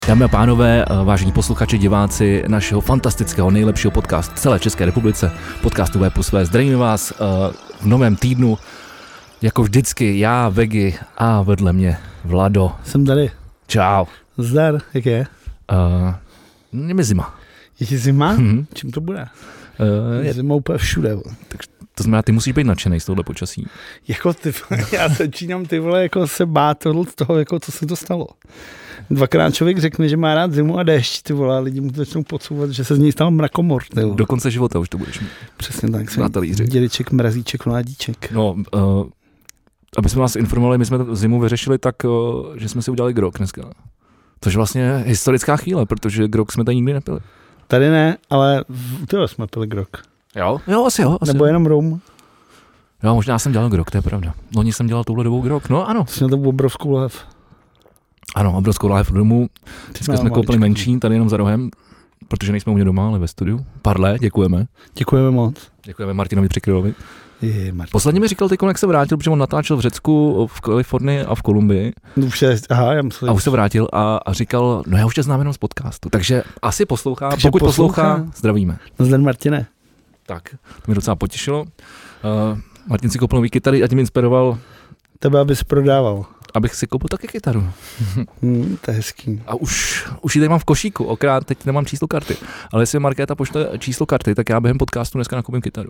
Dámy a pánové, vážení posluchači, diváci našeho fantastického, nejlepšího podcastu v celé České republice, podcastu V+V. Zdravíme vás v novém týdnu, jako vždycky, já, Vegi a vedle mě Vlado. Jsem tady. Čau. Zdar, jak je? Je mi zima. Je zima? Čím to bude? Je zima úplně všude. Tak to znamená, ty musíš být nadšenej z tohohle počasí. Jako já začínám ty vole jako se bát z toho, jako co se to stalo. Dvakrát člověk řekne, že má rád zimu a déšť, ty vole, a lidi mu to začnou podsouvat, že se z něj stal mrakomor. Do konce života už to budeš mít. Přesně tak. Dědeček, mrazíček, mládíček. No, aby jsme vás informovali, my jsme zimu vyřešili tak, že jsme si udělali grog dneska. Což vlastně je historická chvíle, protože grog jsme tady nikdy nepili. Tady ne, ale tyhle jsme pili grog. Jo? Jo, asi jo. Nebo jenom rum. Jo, možná jsem dělal grog, to je pravda. Loni jsem dělal touhle dobou grog, no ano. Jsi na to obrovskou lahev. Ano, obrovskou lahev domů. Dneska jsme koupili menší, tady jenom za rohem, protože nejsme u mě doma, ale ve studiu. Parle, děkujeme. Děkujeme moc. Děkujeme Martinovi Přikrylovi. Posledně mi říkal teď, jak se vrátil, protože on natáčel v Řecku, v Kalifornii a v Kolumbii. A už se vrátil a říkal, no já už tě znám jenom z podcastu. Takže asi poslouchá, takže pokud poslouchá, zdravíme. Nazdar Martine. Tak, to mě docela potěšilo. Martin si koupil nový kytary a tím inspiroval tebe, abys prodával. Abych si koupil taky kytaru. To je hezký. A už ji tady mám v košíku, okrát teď nemám číslo karty. Ale jestli Markéta pošle číslo karty, tak já během podcastu dneska nakoupím kytaru.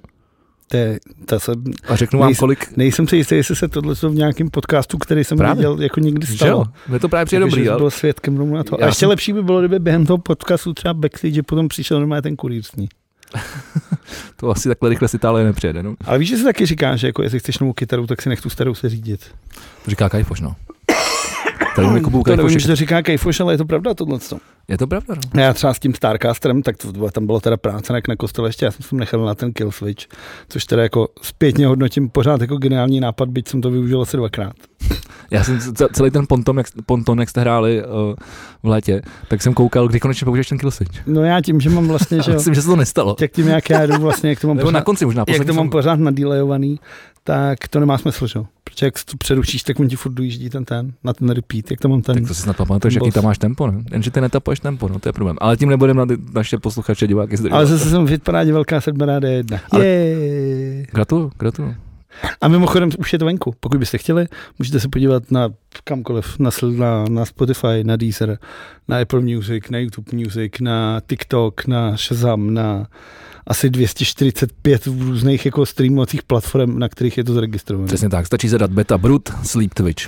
A řeknu vám, kolik. Nejsem si jistý, jestli se tohle v nějakém podcastu, který jsem viděl, jako někdy stalo. Je to právě přijde dobrý. Že byl svědkem na to. A ještě lepší by bylo, kdyby během toho podcastu třeba backstage potom přišel normálně ten kurýr s ní. To asi takhle rychle z Itálie nepřijede, no. Ale víš, že se taky říká, že jako jestli chceš novou kytaru, tak si nech tu starou se řídit. To říká Kajfoš, no. To nevím, že to říká Kajfoš, ale je to pravda tohleto. Je to pravda, no. Já třeba s tím Starcasterem, tak tam bylo teda práce na kostele ještě, já jsem se nechal na ten Kill Switch, což teda jako zpětně hodnotím pořád jako geniální nápad, byť jsem to využil asi 2krát. Já jsem celý ten ponton, jak jste hráli v létě, tak jsem koukal, kdy konečně použiješ ten Kill Switch. No já tím, že mám vlastně, že myslím, že se to nestalo. Tak tím, jak já jdu vlastně, jak to mám pořád, na konci možná, jak to mám pořád nadílejovaný, tak to nemá smysl, že? Protože jak to přerušíš, tak on ti furt dojíždí na ten repeat, jak to mám ten. Tak to si snad pamatuješ, jaký tam máš tempo, ne? Jenže ty netapuješ tempo, no, to je problém. Ale tím nebudeme na naše posluchače diváky zdržovat. Ale zase jsem vypadá velká 7 D1. Gratuluju. A mimochodem už je to venku. Pokud byste chtěli, můžete se podívat na kamkoliv, na Spotify, na Deezer, na Apple Music, na YouTube Music, na TikTok, na Shazam, na asi 245 různých jako streamovacích platform, na kterých je to zaregistrované. Přesně tak, stačí zadat Beta Brut, Sleep Twitch.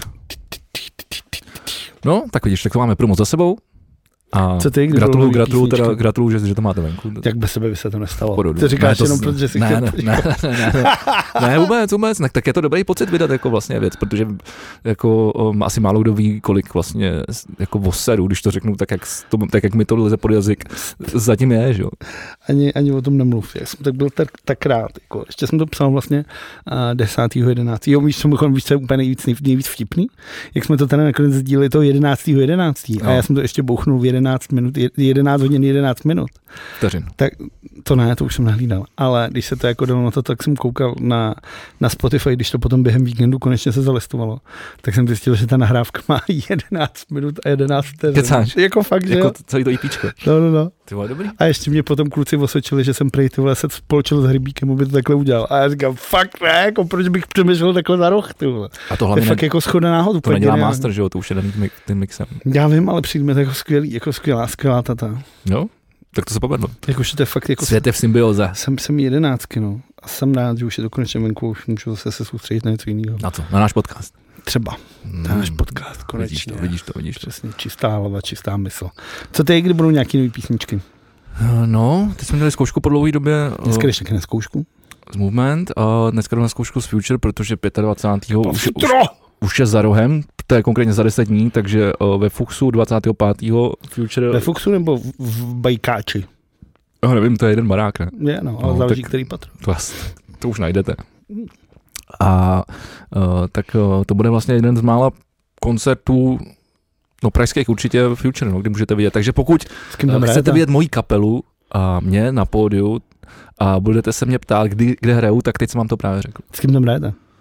No, tak vidíš, tak to máme promo za sebou. A gratuluju, že to máte venku. Jak bez sebe by se to nestalo. Ty říkáš jenom, protože si chtěl. Ne, vůbec. Tak je to dobrý pocit vydat jako vlastně věc, protože jako asi málo kdo ví, kolik vlastně jako voseru, když to řeknu tak jak mi to leze pod jazyk, zatím je, že jo. Ani o tom nemluv. Já jsem tak byl tak rád. Jako, ještě jsem to psal vlastně 10.11. Jo, víš, co je úplně nejvíc vtipný? Jak jsme to tady nakonec sdíleli toho 11.11. A já jsem to ještě bouchnul v 11 hodin 11 minut. Vteřin. Tak to ne, to už jsem nahlídal. Ale když se to jako dalo na to, tak jsem koukal na Spotify, když to potom během víkendu konečně se zalistovalo, tak jsem zjistil, že ta nahrávka má 11 minut a 11 vteřin. Kecáš? Jako fakt, že jako jo? Celý to IPčko. No. Ty vole, dobrý. A ještě mě potom kluci osvědčili, že jsem prej ty vole se spolčil s Hrybíkem, aby to takhle udělal. A já říkám, fakt ne, jako proč bych přemýšlel takhle za roh, ty vole. A to hlavně fakt jako shoda náhod. To nedělá master, že jo, to už je daný tím mixem. Já vím, ale přijde mi to jako skvělý, jako skvělá tata. No, tak to se povedlo. Jakože to je fakt jako svět je v symbioze. Jsem 11, no. A jsem rád, že už je to konečně venku, už můžu zase se soustředit na něco jiného. Na co? Na náš podcast. Třeba. Na náš podcast, konečně. Vidíš to. Přesně, čistá hlava, čistá mysl. Co ty, kdy budou nějaký nový písničky? No, teď jsme měli zkoušku po dlouhé době. Dneska jdeš taky na zkoušku? Z Movement a dneska jdu na zkoušku z Future, protože 25. Už je za rohem, to je konkrétně za 10 dní, takže ve Fuchsu 25. Future. Ve Fuchsu nebo v Bajkáči? No, nevím, to je jeden barák, ne? Je, ale záleží, který patro. To už najdete. A tak to bude vlastně jeden z mála koncertů, no pražských určitě Future, no, kdy můžete vidět. Takže pokud chcete vidět moji kapelu a mě na pódiu a budete se mě ptát, kde hraju, tak teď jsem vám to právě řekl. S kým tam hrajete?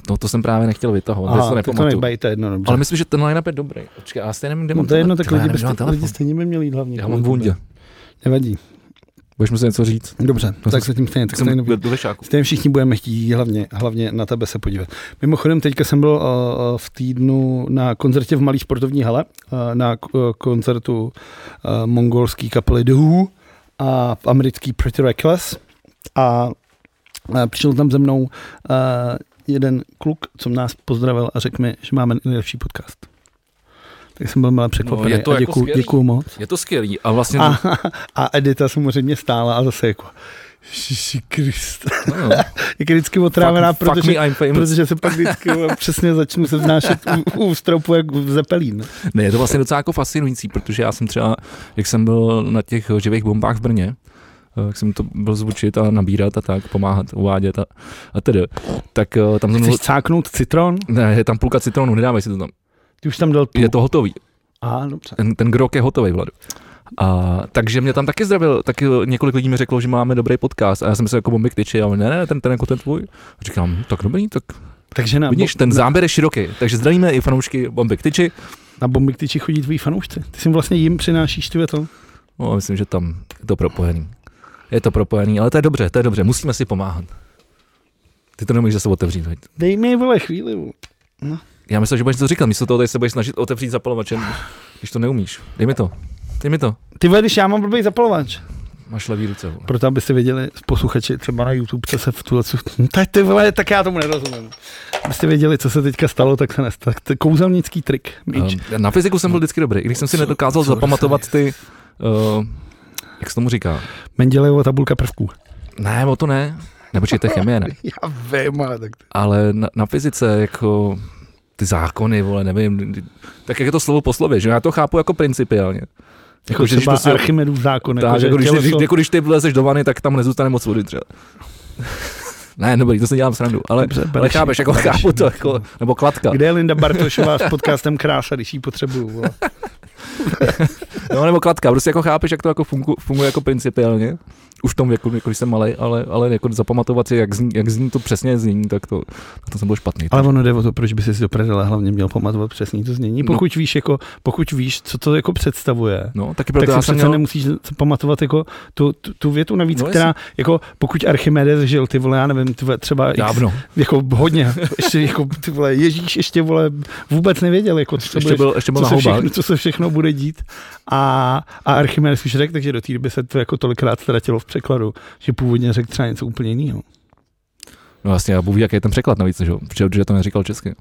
No to jsem právě nechtěl vytahovat, to nepamatuju. Ale myslím, že ten line-up je dobrý. Počkej, já stejně nevím, kde mám to je jedno, tak lidi stejně by měli jít hlavně. Já mám vůndě. Nevadí. Budeš muset něco říct. Dobře, tak se tím stejně všichni budeme chtít hlavně na tebe se podívat. Mimochodem, teďka jsem byl v týdnu na koncertě v Malý sportovní hale, na koncertu mongolský kapely The Who a americký Pretty Reckless a přišel tam ze mnou jeden kluk, co nás pozdravil a řekl mi, že máme nejlepší podcast. Tak jsem byl milé překvapený a děkuju moc. Je to skvělý. A vlastně... A Edita samozřejmě stála a zase jako Ježiši Kriste. No. Jak je vždycky otrávená, protože se pak vždycky přesně začnu se vznášet u stropu jak v Zeppelin. Ne, je to vlastně docela jako fascinující, protože já jsem třeba, jak jsem byl na těch živých bombách v Brně, jak jsem to byl zvučit a nabírat a tak, pomáhat, uvádět a tedy. Tak tam jsem... Chceš cáknout citron? Ne, je tam půlka citronu, nedávej si to tam. Ty už tam dal Je to hotový. Dobře. Ten grok je hotový, Vladu. Takže mě tam taky zdravil, taky několik lidí mi řeklo, že máme dobrý podcast a já jsem se jako Bomby k tyči a on, ne, ten jako ten tvůj. A říkám, tak dobrý, tak takže vidíš, ten záběr je široký, takže zdravíme i fanoušky Bomby k tyči. Na Bomby k tyči chodí tvoji fanoušci, ty si vlastně jim přinášíš to. No, myslím, že tam je to propojený. Je to propojený, ale to je dobře, musíme si pomáhat. Ty to nemůžeš zase otevřít, veď. Dej mi, vole, chvíli. No. Já myslím, že budeš to říkat, místo toho tady se budeš snažit otevřít zapalovačem, když to neumíš. Dej mi to. Ty vole, když já mám blbý zapalovač. Máš levý ruce, vole. Proto abyste věděli, posluchači třeba na YouTube, co se v tuhle... Ty vole, tak já tomu nerozumím. Abyste věděli, co se teďka stalo, tak se nestalo. To je kouzelnický trik. Na fyziku jsem byl vždycky dobrý, i když jsem si nedokázal zapamatovat ty... jak se tomu říká? Mendelejova tabulka prvků. Ne, o to ne. Nepočkej, to je chemie, ne? Já vím, ale tak... Ale na fyzice, jako... Ty zákony, vole, nevím, tak jak je to slovo po slově, že já to chápu jako principiálně. Jako třeba prostě, Archimedův zákon. Tak, jako když ty vlezeš do vany, tak tam nezůstane moc vody třeba. Ne, dobrý, to se dělám srandu, ale chápeš, jako chápu to, jako, nebo kladka. Kde je Linda Bartošová s podcastem Krása, když ji potřebuju, vole. No, nebo kladka, prostě jako chápeš, jak to jako funguje jako principiálně. Už v tom věku, jako když jsem malej, ale jako zapamatovat si, jak zní to přesně znění, tak to jsem byl špatný. Ale ono jde o to, proč by si do prdele hlavně měl pamatovat přesně to znění. Pokud víš, co to jako představuje, no, tak přece nemusíš pamatovat jako tu větu navíc, která, jako pokud Archimedes žil, ty vole, já nevím, třeba jako hodně, ještě jako ty vole, Ježíš ještě vole vůbec nevěděl, jako co se všechno bude dít. A Archimedes už řekl, takže do té doby se to jako tolikrát ztratilo v překladu, že původně řekl třeba něco úplně jiného. No vlastně, já budu jaký je ten překlad navíc, že to neříkal česky.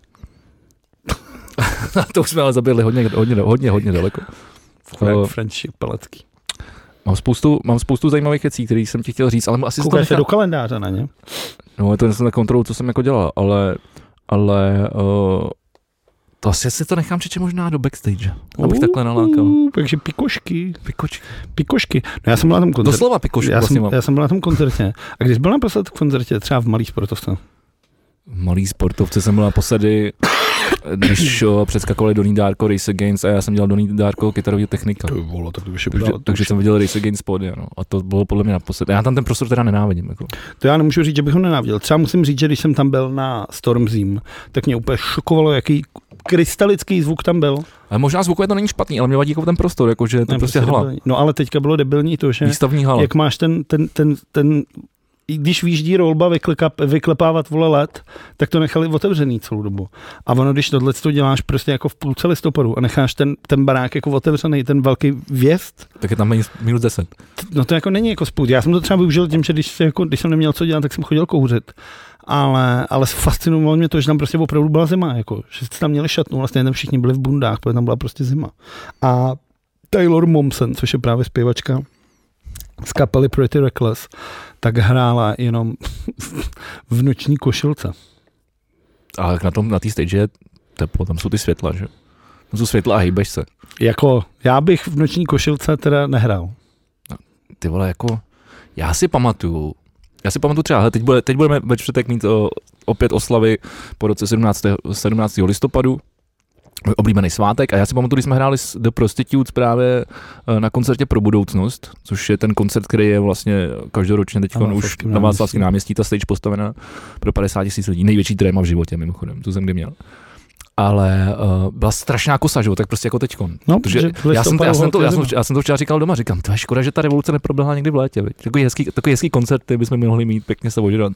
To už jsme ale zabili hodně daleko. František Palacký. Mám spoustu zajímavých věcí, které jsem ti chtěl říct, ale asi Koukaj se do kalendáře na ně. No, to jsem na kontrolu, co jsem jako dělal, ale to asi si to nechám přeče možná do backstage, abych takhle nalákal. Takže pikošky. No já jsem byl na tom koncertě. Doslova pikošku Já jsem byl na tom koncertě. A když byl naposled v koncertě, třeba v Malý sportovce? V Malý sportovce jsem byl naposledy, když předskakovali Donnie Darko, Race Against a já jsem dělal Donnie Darko kytarový technika. Takže jsem viděl Race Against pódia, no. A to bylo podle mě naposledy. Já tam ten prostor teda nenávidím. Jako. To já nemůžu říct, že bych ho nenáviděl. Třeba musím říct, že když jsem tam byl na Stormzim, tak mě úplně šokovalo, jaký krystalický zvuk tam byl. Ale možná zvukově to není špatný, ale mě vadí jako ten prostor, jakože to prostě hala. No ale teďka bylo debilní to, že výstavní hala. Jak máš ten když výjíždí rolba vyklepávat vole led, tak to nechali otevřený celou dobu. A ono, když tohle to děláš prostě jako v půlce listopadu a necháš ten barák jako otevřený, ten velký vjezd, tak je tam minus 10. No to jako není jako spůd. Já jsem to třeba využil tím, že když jsem neměl co dělat, tak jsem chodil kouřit. Ale fascinovalo mě to, že tam prostě opravdu byla zima, jako, že jste tam měli šatnu, vlastně tam všichni byli v bundách, protože tam byla prostě zima. A Taylor Momsen, což je právě zpěvačka z kapely Pretty Reckless, tak hrála jenom v noční košilce. Ale na té stage je teplo, tam jsou ty světla, že? Tam jsou světla a hejbeš se. Jako, já bych v noční košilce teda nehrál. No, ty vole, jako, já si pamatuju třeba, teď budeme ve čtvrtek mít opět oslavy po roce 17. listopadu můj oblíbený svátek a já si pamatuju, když jsme hráli The Prostitutes právě na koncertě Pro budoucnost, což je ten koncert, který je vlastně každoročně teď už na Václavském náměstí, ta stage postavená pro 50 000 lidí, největší tréma v životě mimochodem, co jsem kdy měl. Ale byla strašná kosa, že? Tak prostě jako teďkon. No, protože já jsem to včera říkal doma, říkám, to je škoda, že ta revoluce neproběhla někdy v létě. Takový hezký koncert, bychom mohli mít pěkně se ožrat.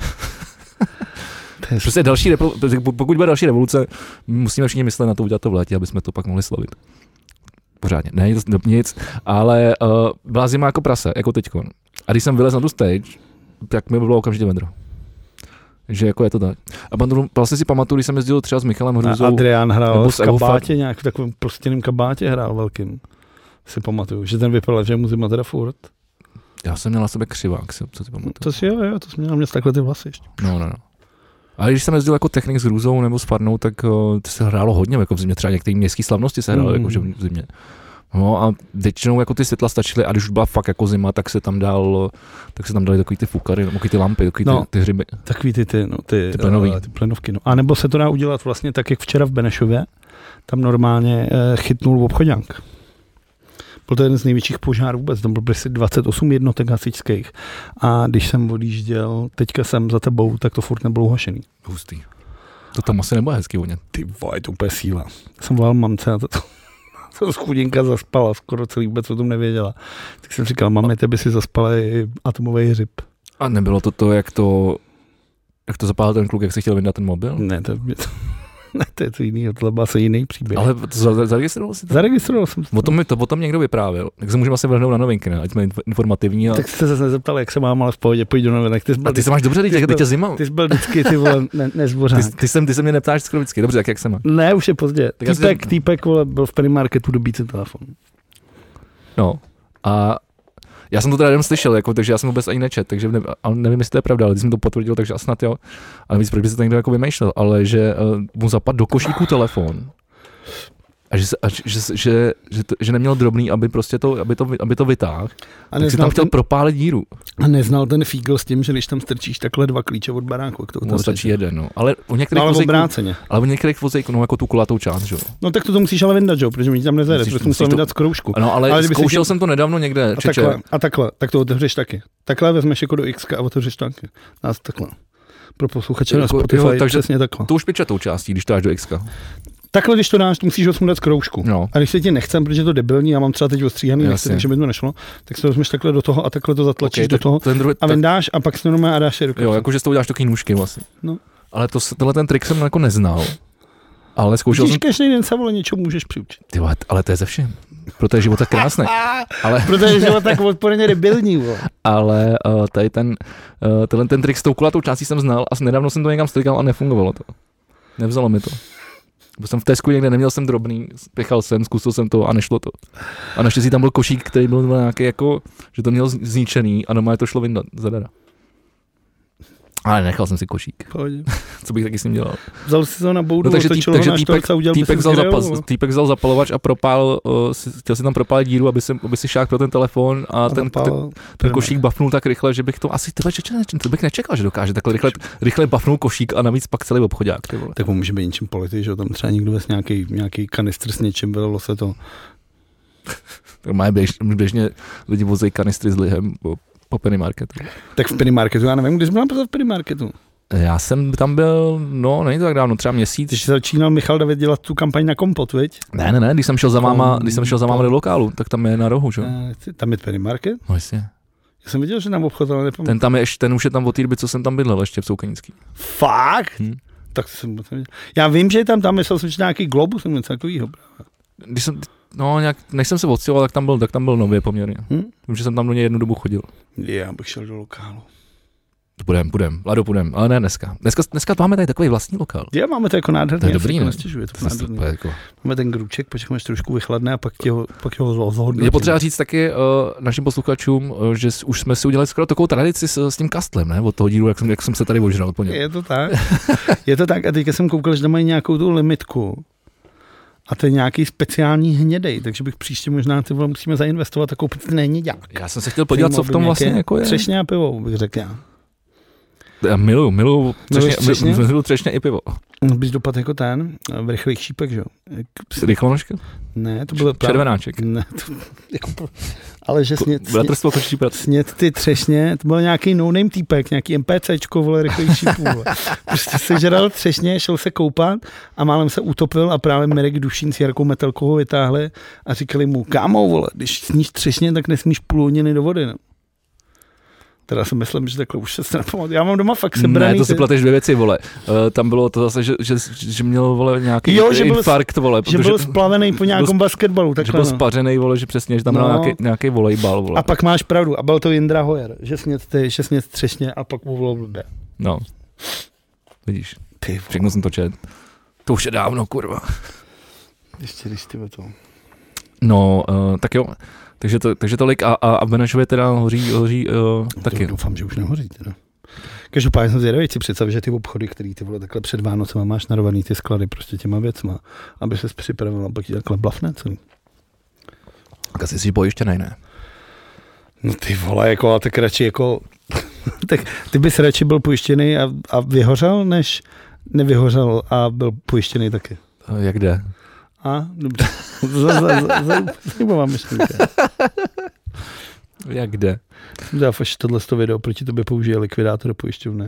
Prostě pokud bude další revoluce, musíme všichni myslet na to udělat to v létě, aby jsme to pak mohli slavit. Pořádně, ne nic, ale byla zima jako prase, jako teďkon. A když jsem vylez na tu stage, tak mi bylo okamžitě vedro. Že jako je to tak. A vlastně si pamatuju, když jsem jezdil třeba s Michalem Hruzou. Adrián hrál v kabátě, nějak v takovém prostěném kabátě hrál velkým. Si pamatuju, že ten vypadal, že mu zima teda furt. Já jsem měl na sebe křivák, co si pamatuju. To si jo, to jsem měl takhle ty vlasy ještě. No. Ale když jsem jezdil jako technik s Hruzou nebo s Farnou, tak to se hrálo hodně, jako v zimě, třeba některé městské slavnosti se hrály jako v zimě. No a většinou jako ty světla stačily a když už byla fakt jako zima, tak se tam dali takový ty fukary, takový ty lampy, takový ty hřiby. Takový ty plenovky. No. A nebo se to dá udělat vlastně tak, jak včera v Benešově, tam normálně chytnul obchodňák. Byl to jeden z největších požárů vůbec, tam bylo 28 jednotek hasičských a když jsem odjížděl, teďka jsem za tebou, tak to furt nebylo uhašený. Hustý. To tam asi nebude hezký vonět. Ty vole, to úplně síla. Jsem volal mamce a to chudinka zaspala, skoro celý vůbec o tom nevěděla. Tak jsem říkal, mami, tebe si zaspala i atomový hřib. A nebylo to, jak to zapálil ten kluk, jak si chtěl vyndat ten mobil? Ne, to je to jiný, to byl asi jiný příběh. Ale zaregistroval jsi to? Zaregistroval jsem to. O tom někdo vyprávěl. Tak se můžeme asi vrhnout na novinky, ne? Ať jsme informativní. Tak jste se zase nezeptal, jak se mám, ale v pohodě, pojď do novinek. Ty se máš dobře, teď je zima. Ty jsi byl vždycky, ty vole, nezbořák. Ty se mě neptáš skoro vždycky. Dobře, jak se má? Ne, už je pozdě. Týpek vole, byl v Penny Marketu dobít si telefon. No a já jsem to teda jenom slyšel, jako, takže já jsem vůbec ani nečet, takže nevím, jestli to je pravda, ale když jsem to potvrdil, takže snad jo. Ale víc, proč by se to někdo jako vymýšlel, ale že mu zapadl do košíku telefon a že neměl drobný, aby to vytáhl, tak si tam chtěl propálit díru. A neznal ten fígl s tím, že když tam strčíš takhle 2 klíče od baráku, jak to stačí jeden, no. Ale u některých vozejků, no jako tu kulatou část, že jo. No tak to musíš ale vyndat, že jo, protože mi tam nezajde, protože musel vydat z kroužku. No, ale zkoušel jsem to nedávno někde. A takhle, tak to otevřeš taky. Takhle vezmeš jako do X a otevřeš taky. Nás takhle. Pro posluchače na Spotify, takže přesně takhle. To už pičatou částí, když to dáš do X. Takhle, když to dáš, musíš ho smundat z kroužku. No. A když se ti nechcem, protože je to debilní, já mám třeba teď ostříhaný nechce, takže by to nešlo, tak se to vezmeš takhle do toho a takhle to zatlačíš do toho a vyndáš a pak si to normálně a dáš je do kapsy. Jo, jakože s tou uděláš taky nůžky vlastně. No. Ale tenhle ten trik jsem jako neznal. Ale zkoušel jsem... Každý den se vole něčemu můžeš přiučit. Ty vole, ale to je ze všem. Proto je život tak krásný. Proto je život tak odporně debilní. Ale tady ten trik s tou kulatou částí jsem znal a nedávno jsem to někam strikal a nefungovalo to. Nevzalo mi to. Byl jsem v Tesku někde, neměl jsem drobný, spěchal jsem, zkusil jsem to a nešlo to. A naštěstí tam byl košík, který byl nějaký jako, že to měl zničený a normálně to šlo vyndat zadara. Ale nechal jsem si košík. Pohodě. Co bych taky s ním dělal? Vzal si to na boudu, no, takže týpek vzal zapalovač a chtěl si tam propálit díru, aby si šák pro ten telefon a ten košík bafnul tak rychle, že bych to asi to bych nečekal, že dokáže takhle rychle bafnul košík a navíc pak celý obchodák. Tak on může být něčím polity, že tam třeba někdo ves nějaký kanistr s něčím, vylilo se to. Tak mají běžně lidi vozejí kanistry s lihem po Penny Marketu. Tak v Penny Marketu, já nevím, když jsme v Penny Marketu. Já jsem tam byl, no, není to tak dávno, třeba měsíc. Když začínal Michal David dělat tu kampaň na kompot, viď? Ne, když jsem šel za váma do lokálu, tak tam je na rohu, že? Tam je Penny Market? No jasně. Já jsem viděl, že tam obchod, ale nepamatuji. Ten už je tam od té doby, co jsem tam bydlel, ještě v Soukenický. Fakt? Tak jsem já vím, že je tam myslel jsem, že nějaký Globus nebo něco takovýho. Než jsem se odstěhoval, tak tam byl nově poměrně. Vím, že jsem tam do něj jednu dobu chodil. Já bych šel do lokálu. Půjdem, Lado, ale ne dneska. Dneska máme tady takový vlastní lokál. Já máme to jako nádherný. To je dobrý, ne? Máme ten gruček, počkej, až trošku vychladne a pak ho zhodnotím. Je potřeba říct taky našim posluchačům, že už jsme si udělali skoro takovou tradici s tím kastlem, ne? Od toho dílu, jak jsem se tady ožral po něm. Je to tak a teďka jsem koukal, že tam mají nějakou tu limitku. A to je nějaký speciální hnědej, takže bych příště možná ty vole musíme zainvestovat takovou není dělák. Já jsem se chtěl podívat, co v tom vlastně jako je. Třešně a pivo, bych řekl já. Já miluju třešně i pivo. Bys dopadl jako ten, v rychlých šípek, že jo? Rychlonožka? Ne, to bylo... Červenáček. Ne, ale že snět ty třešně, to byl nějaký no-name týpek, nějaký MPCčko, vole, rychlých šípů, vole. Prostě sežral třešně, šel se koupat a málem se utopil a právě Mirek Dušín s Jarkou Metelkou ho vytáhli a říkali mu, kámo, vole, když sníš třešně, tak nesmíš půl hodiny do vody, no. Teda si myslím, že takhle už se nepamatuju. Já mám doma fakt sebraný. Ne, to si plateš dvě věci, vole. Tam bylo to zase, že měl, vole, nějaký infarkt, vole. Že byl splavený po nějakém basketbalu. Takhle, že byl spařenej, vole, že přesně, že tam měl nějaký volejbal, vole. A pak máš pravdu. A byl to Jindra Hojer, že snět třešně a pak mu bylo blbě. No. Vidíš. Všechno jsem to čet. To už je dávno, kurva. Ještě když ty to. No, tak jo. Takže tolik a v Benešově teda hoří taky. Doufám, že už nehoří teda. Každopádně jsem zvědavý, si představ, že ty obchody, který ty vole takhle před Vánocema máš narvaný ty sklady prostě těma věcma, aby ses připravil a pak ti takhle blafne celý. Tak asi jsi pojištěnej, ne? No ty vole, jako, a tak radši jako, tak ty bys radši byl pojištěný a vyhořel, než nevyhořel a byl pojištěný taky. Jak jde? A, dobře. Zajímavá myšlenka. Jak jde? Dáv, až tohle video proti tobě použije likvidátor pojišťovny.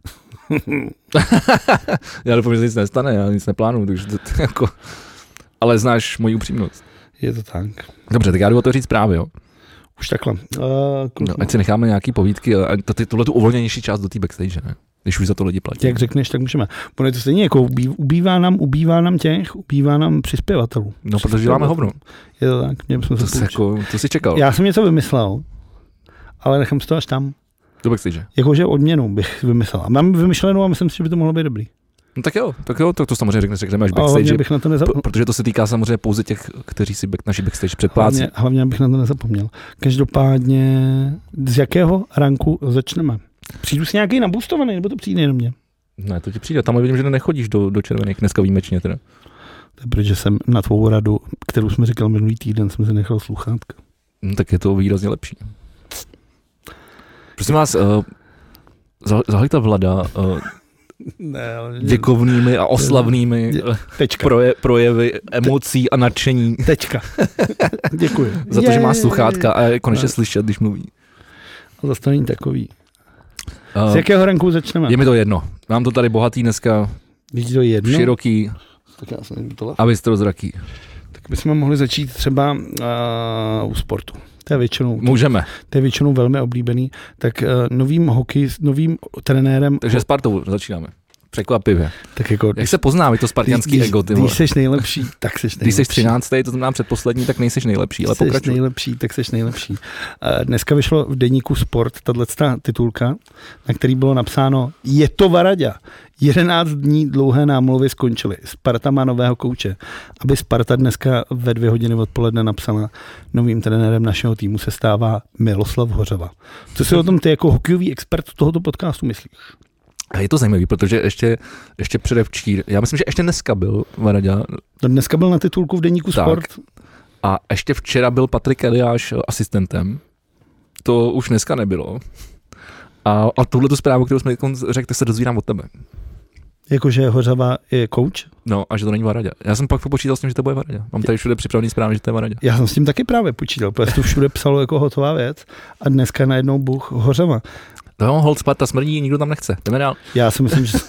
Já doufám, že se nic nestane, já nic neplánuju, takže to jako... Ale znáš moji upřímnost. Je to tak. Dobře, tak já jdu o to říct právě, jo. Už takhle. No, ať si necháme nějaký povídky a tohle tu uvolněnější část do té backstage, ne? Když už za to lidi platí. Jak řekneš, tak můžeme. Ono je to stejně jako ubývá nám přispěvatelů. No, protože děláme hovno. Je to tak, mě bychom se jako, to jsi čekal. Já jsem něco vymyslel, ale nechám si to až tam. Do backstage. Jakože odměnu bych vymyslel. A mám vymyšlenou a myslím si, že by to mohlo být dobrý. No tak jo, to samozřejmě řekneme až backstage. Bych na to protože to se týká samozřejmě pouze těch, kteří si naši backstage předplácí. Hlavně bych na to nezapomněl. Každopádně, z jakého ranku začneme? Přijdu si nějaký naboostovaný, nebo to přijde jenom mě? Ne, to ti přijde. Tam vidím, že nechodíš do červených, dneska výjimečně teda. To je protože jsem na tvou radu, kterou jsme říkal minulý týden, jsem si nechal sluchátka. No, tak je to výrazně lepší. Prosím vás, zahlíta Vlada děkovnými a oslavnými projevy emocí a nadšení. Tečka. Děkuji. Za to, že má sluchátka a je konečně slyšet, když mluví. A zase to není takový. Z jakého ranku začneme? Je mi to jedno. Mám to tady bohatý dneska. Víš to jedno? Široký. Tak já jsem tohle. A bystrozraký. Tak bychom mohli začít třeba u sportu. To je většinou. Můžeme. To je většinou velmi oblíbený. Tak novým trenérem. Takže Spartou začínáme. Překvapivě. Tak jako, jak se pozná to spartianský ego, ty vole? Když jsi nejlepší, tak jsi nejlepší. Když jsi 13, to znamená předposlední, tak nejseš nejlepší, ale pokračuj. Když jsi nejlepší, tak jsi nejlepší. Dneska vyšlo v deníku Sport tato titulka, na který bylo napsáno je to Varaďa. 11 dní dlouhé námluvy skončily. Sparta má nového kouče. Aby Sparta dneska ve 2 hodiny odpoledne napsala, novým trenérem našeho týmu se stává Miloslav Hořava. Co si o tom ty jako hokejový expert tohoto podcastu myslíš? A je to zajímavý, protože ještě předevčír, já myslím, že ještě dneska byl Varaďa. Dneska byl na titulku v deníku Sport. A ještě včera byl Patrik Eliáš asistentem. To už dneska nebylo. A tuhletu zprávu, kterou jsme řekli, tak se dozvírám od tebe. Jakože Hořava je coach? No, a že to není Varaďa. Já jsem pak počítal s tím, že to bude Varaďa. Mám tady všude připravený zprávy, že to je Varaďa. Já jsem s tím taky právě počítal, protože to všude psalo jako hotová věc a dneska najednou Bůh Hořava. No, hold Sparta smrdí, nikdo tam nechce. Jdeme dál. Já si myslím, že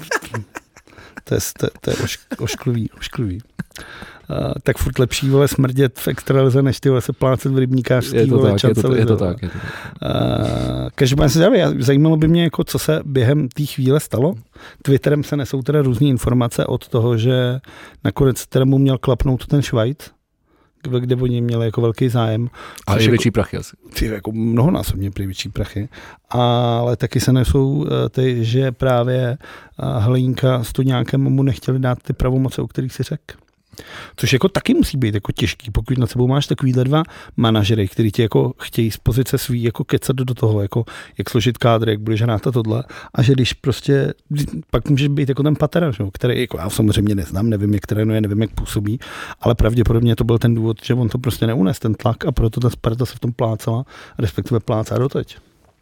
to je ošklivý. Tak furt lepší, vole, smrdět v extralize, než ty vole se plácet v rybníkářský, vole, je to tak. Každopádně se zajímalo by mě, jako, co se během té chvíle stalo. Twitterem se nesou teda různé informace od toho, že nakonec teda mu měl klapnout ten Švajc, kde oni měli jako velký zájem. A i větší prachy asi. Jako mnohonásobně větší prachy. Ale taky se nesou ty, že právě Hlínka s Toňákem mu nechtěli dát ty pravomoce, o kterých si řekl. Což jako taky musí být jako těžký, pokud nad sebou máš takovýhle 2 manažery, který ti jako chtějí z pozice svý jako kecat do toho, jako jak složit kádr, jak budeš hrát a tohle. A že když prostě, pak můžeš být jako ten Patera, který jako já samozřejmě neznám, nevím, jak trénuje, nevím, jak působí, ale pravděpodobně to byl ten důvod, že on to prostě neunes ten tlak a proto ta Sparta se v tom plácala, respektive plácá doteď.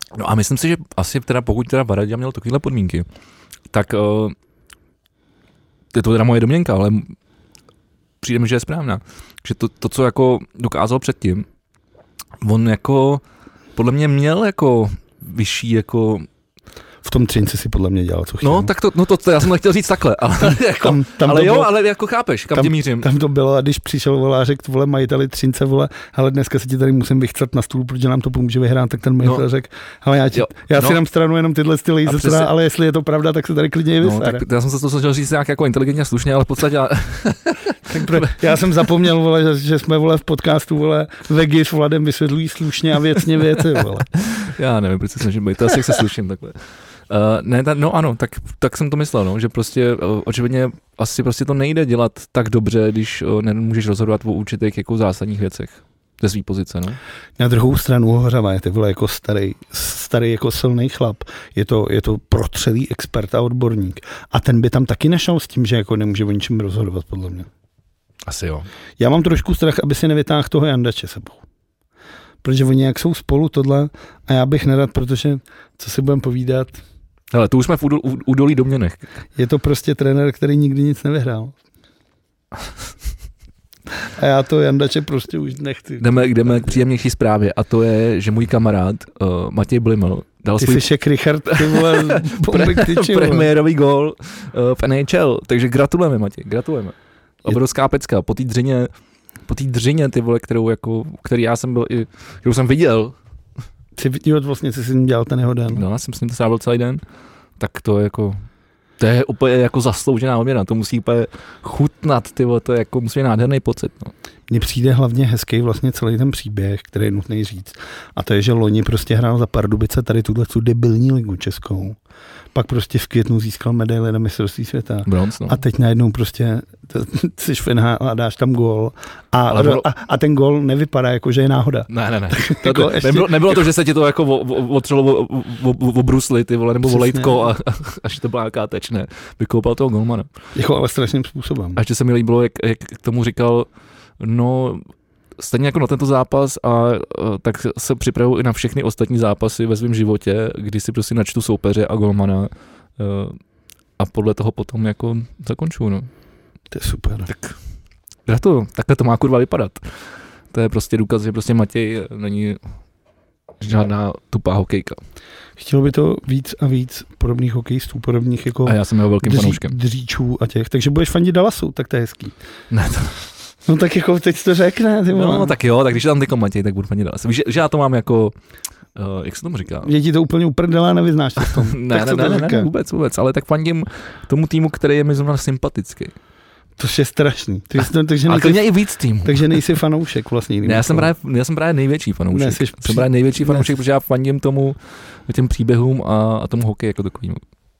No a myslím si, že asi teda pokud teda Varadia měl takovéhle podmínky, tak je to teda moje domněnka, ale přijde mi, že je správná. Že to, co jako dokázal předtím, on jako podle mě měl jako vyšší jako... V tom Třinci si podle mě dělal, co chtěl. No, tak to já jsem nechtěl říct takhle, ale, jako, ale jo, bylo, ale jako chápeš, kam tě mířím. Tam to bylo, a když přišel vole a řekl, vole, majiteli Třince, vole, ale dneska si ti tady musím vychcat na stůl, protože nám to pomůže vyhrát, tak ten majitel řekl, hele, já si dám stranu jenom tyhle styly, ale jestli je to pravda, tak se tady klidně vyser. No, tak já jsem se to chtěl říct nějak jako inteligentně slušně, ale v podstatě... Já jsem zapomněl, vole, že jsme, vole, v podcastu, vole, Vegy s Vladem vysvětlují slušně a věcně věci, vole. Já nevím, proč se snažím být, to asi se sluším takhle. No ano, tak jsem to myslel, no, že prostě očividně asi prostě to nejde dělat tak dobře, když nemůžeš rozhodovat o určitých jako zásadních věcech ze svý pozice, no. Na druhou stranu Hořava je tyhle jako starý jako silný chlap, je to protřelý expert a odborník a ten by tam taky nešel s tím, že jako nemůže o ničem rozhodovat, podle mě. Asi jo. Já mám trošku strach, aby si nevytáhl toho Jandače sebou. Protože oni jak jsou spolu tohle a já bych nerad, protože co si budeme povídat. Ale tu už jsme v údolí Domněnech. Je to prostě trenér, který nikdy nic nevyhrál. A já to Jandače prostě už nechci. Jdeme k příjemnější zprávě a to je, že můj kamarád Matěj Blimel dal svůj... Ty jsi Šek Richard, ty vole, premiérový gól v NHL, takže gratulujeme, Matěj, gratulujeme. Obrovská pecka, po té dřině, ty vole, který já jsem byl i, kterou jsem viděl. Vlastně jsi s ním dělal ten jeho den. No, já jsem s ním strávil celý den, tak to je úplně jako zasloužená odměna, to musí úplně chutnat, ty vole, to je jako musí být nádherný pocit, no. Mně přijde hlavně hezký vlastně celý ten příběh, který je nutný říct. A to je, že loni prostě hrál za Pardubice tady tu debilní ligu českou. Pak prostě v květnu získal medaili na mistrovství světa. Bronz, no. A teď najednou prostě jsi v NHL a dáš tam gól. A ten gól nevypadá jako, že je náhoda. Ne. Nebylo to, že se ti to jako otřelo o brusli, ty vole, nebo o lejtko a až to byla nějaká teč, ne. Vykoupal toho golmana. Jako ale strašným způsobem. A ještě se mi líbilo, jak k tomu říkal, no, stejně jako na tento zápas tak se připravuju i na všechny ostatní zápasy ve svém životě, kdy si prostě načtu soupeře a golmana a podle toho potom jako zakončuju, no. To je super. Tak takhle to má kurva vypadat. To je prostě důkaz, že prostě Matěj není žádná tupá hokejka. Chtělo by to víc a víc podobných hokejistů, podobných jako... A já jsem jeho velkým fanouškem. Dříčů a těch, takže budeš fandit Dallasu, tak to je hezký. Ne, to... No tak jako teď to řekne. No tak jo, tak když je tam tyko Matěj, tak budu fandit Dallasu. Víš, že já to mám jako... jak se tomu říká? Je ti to úplně uprdele a nevyznáš se v tom. ne, vůbec, ale tak fandím tomu týmu, který je mi zrovna sympatický. To je strašný. Ale to mě i víc týmu. Takže nejsi fanoušek vlastně. Ne, já jsem právě největší fanoušek. Jsem právě největší fanoušek, protože já fandím těm příběhům a tomu hokeji jako takovým.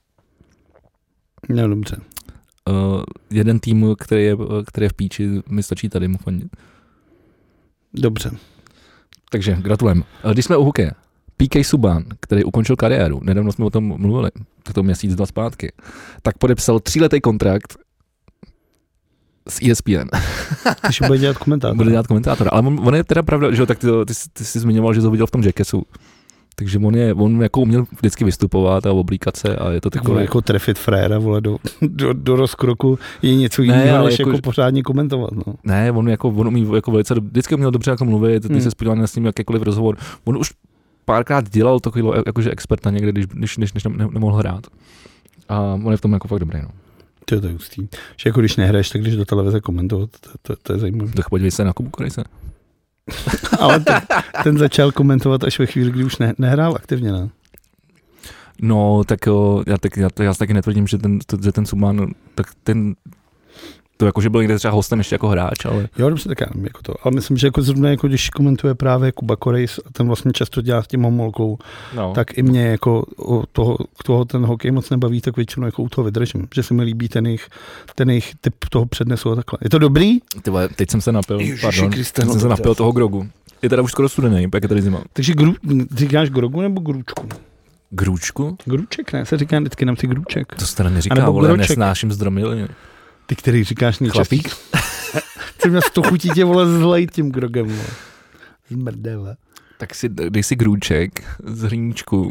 No dobře. Jeden tým, který je v píči, mi stačí tady mu fandit. Dobře. Takže gratulujeme. Když jsme u hokeje, PK Subban, který ukončil kariéru, nedávno jsme o tom mluvili, to měsíc, 2 zpátky, tak podepsal 3letý kontrakt s ESPN. Takže bude dělat komentátora. Bude dělat komentátora, ale on je teda pravda, že tak ty jsi zmiňoval, že to viděl v tom Jackassu. Takže on jako uměl vždycky vystupovat a oblíkat se a je to takové... Jako trefit fréra, vole, do rozkroku je něco jiného, než jako pořádně komentovat, no. Ne, on umí jako velice, vždycky uměl dobře jako mluvit, ty se spodíval na s ním jakýkoliv rozhovor. On už párkrát dělal to chvíli jakože experta někde, když nemohl hrát. A on je v tom jako fakt dobrý, no. To je hustý. Že jako když nehraješ, tak když do televize komentovat, to je zajímavé. Tak podívej se na Kubu Korejse. Ale ten začal komentovat až ve chvíli, kdy už nehrál aktivně, ne? No, tak jo, já taky netvrdím, že ten Subban, tak ten, to jako, že byl někde třeba hostem ještě jako hráč, ale... Jo, dobře, tak já nevím, jako to, ale myslím, že jako zrovna, jako když komentuje právě Kuba Korejs a ten vlastně často dělá s tím Homolkou, no. Tak i mě jako toho ten hokej moc nebaví, tak většinou jako u toho vydržím, že se mi líbí ten jejich typ toho přednesu a takhle. Je to dobrý? Tyhle, teď jsem se napil, jsem se napil toho grogu. Je teda už skoro studený, jak je tady zima. Takže říkáš grogu nebo grůčku? Grůčku? Grůček, ne? Se říká vždycky nám si grůček. To se teda neříká, vole, nesnáším zdromilně. Ty, který říkáš chlapík? Ty mě to chutí tě, vole, zlejt tím grogem, vole. Zmrdele. Tak si dej si grůček z hříníčku.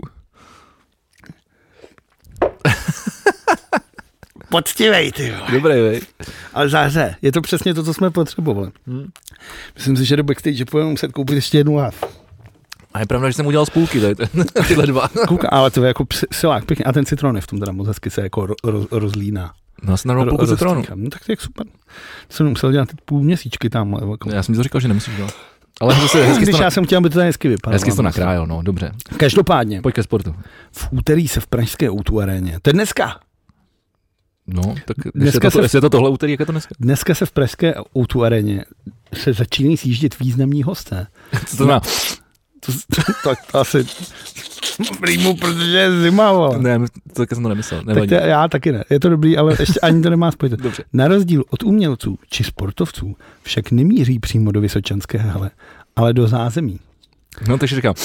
Poctivej, ty. Dobrý, vej. Ale záře, je to přesně to, co jsme potřebovali. Myslím si, že do backstage budeme muset koupit ještě jednu láv. A je pravda, že jsem udělal z půlky tady, tyhle dva. Kuka, ale to je jako silák pěkně. A ten citron je v tom teda moc hezky se jako rozlíná. No já jsem narovnal půlku citronu. No tak to je super. Jsem musel dělat půl měsíčky tam. Jako. Já jsem to říkal, že nemusíš dělat. Ale hezky když já jsem chtěl, aby to tady hezky vypadalo. Hezky to nakrájel, no, dobře. Každopádně. Pojď ke sportu. V úterý se v pražské O2 aréně. To je dneska. No, tak jestli je to tohle úterý, jak je to dneska? Dneska se v pražské O2 aréně se začínají sjíždět významní hosté. Co to znamená? To asi prýmu, protože je zima. Ne, tak jsem to nemyslel. Tak já taky ne. Je to dobrý, ale ještě ani to nemá spojit. Na rozdíl od umělců či sportovců však nemíří přímo do vysočanské hale, ale do zázemí. No, takže říkám.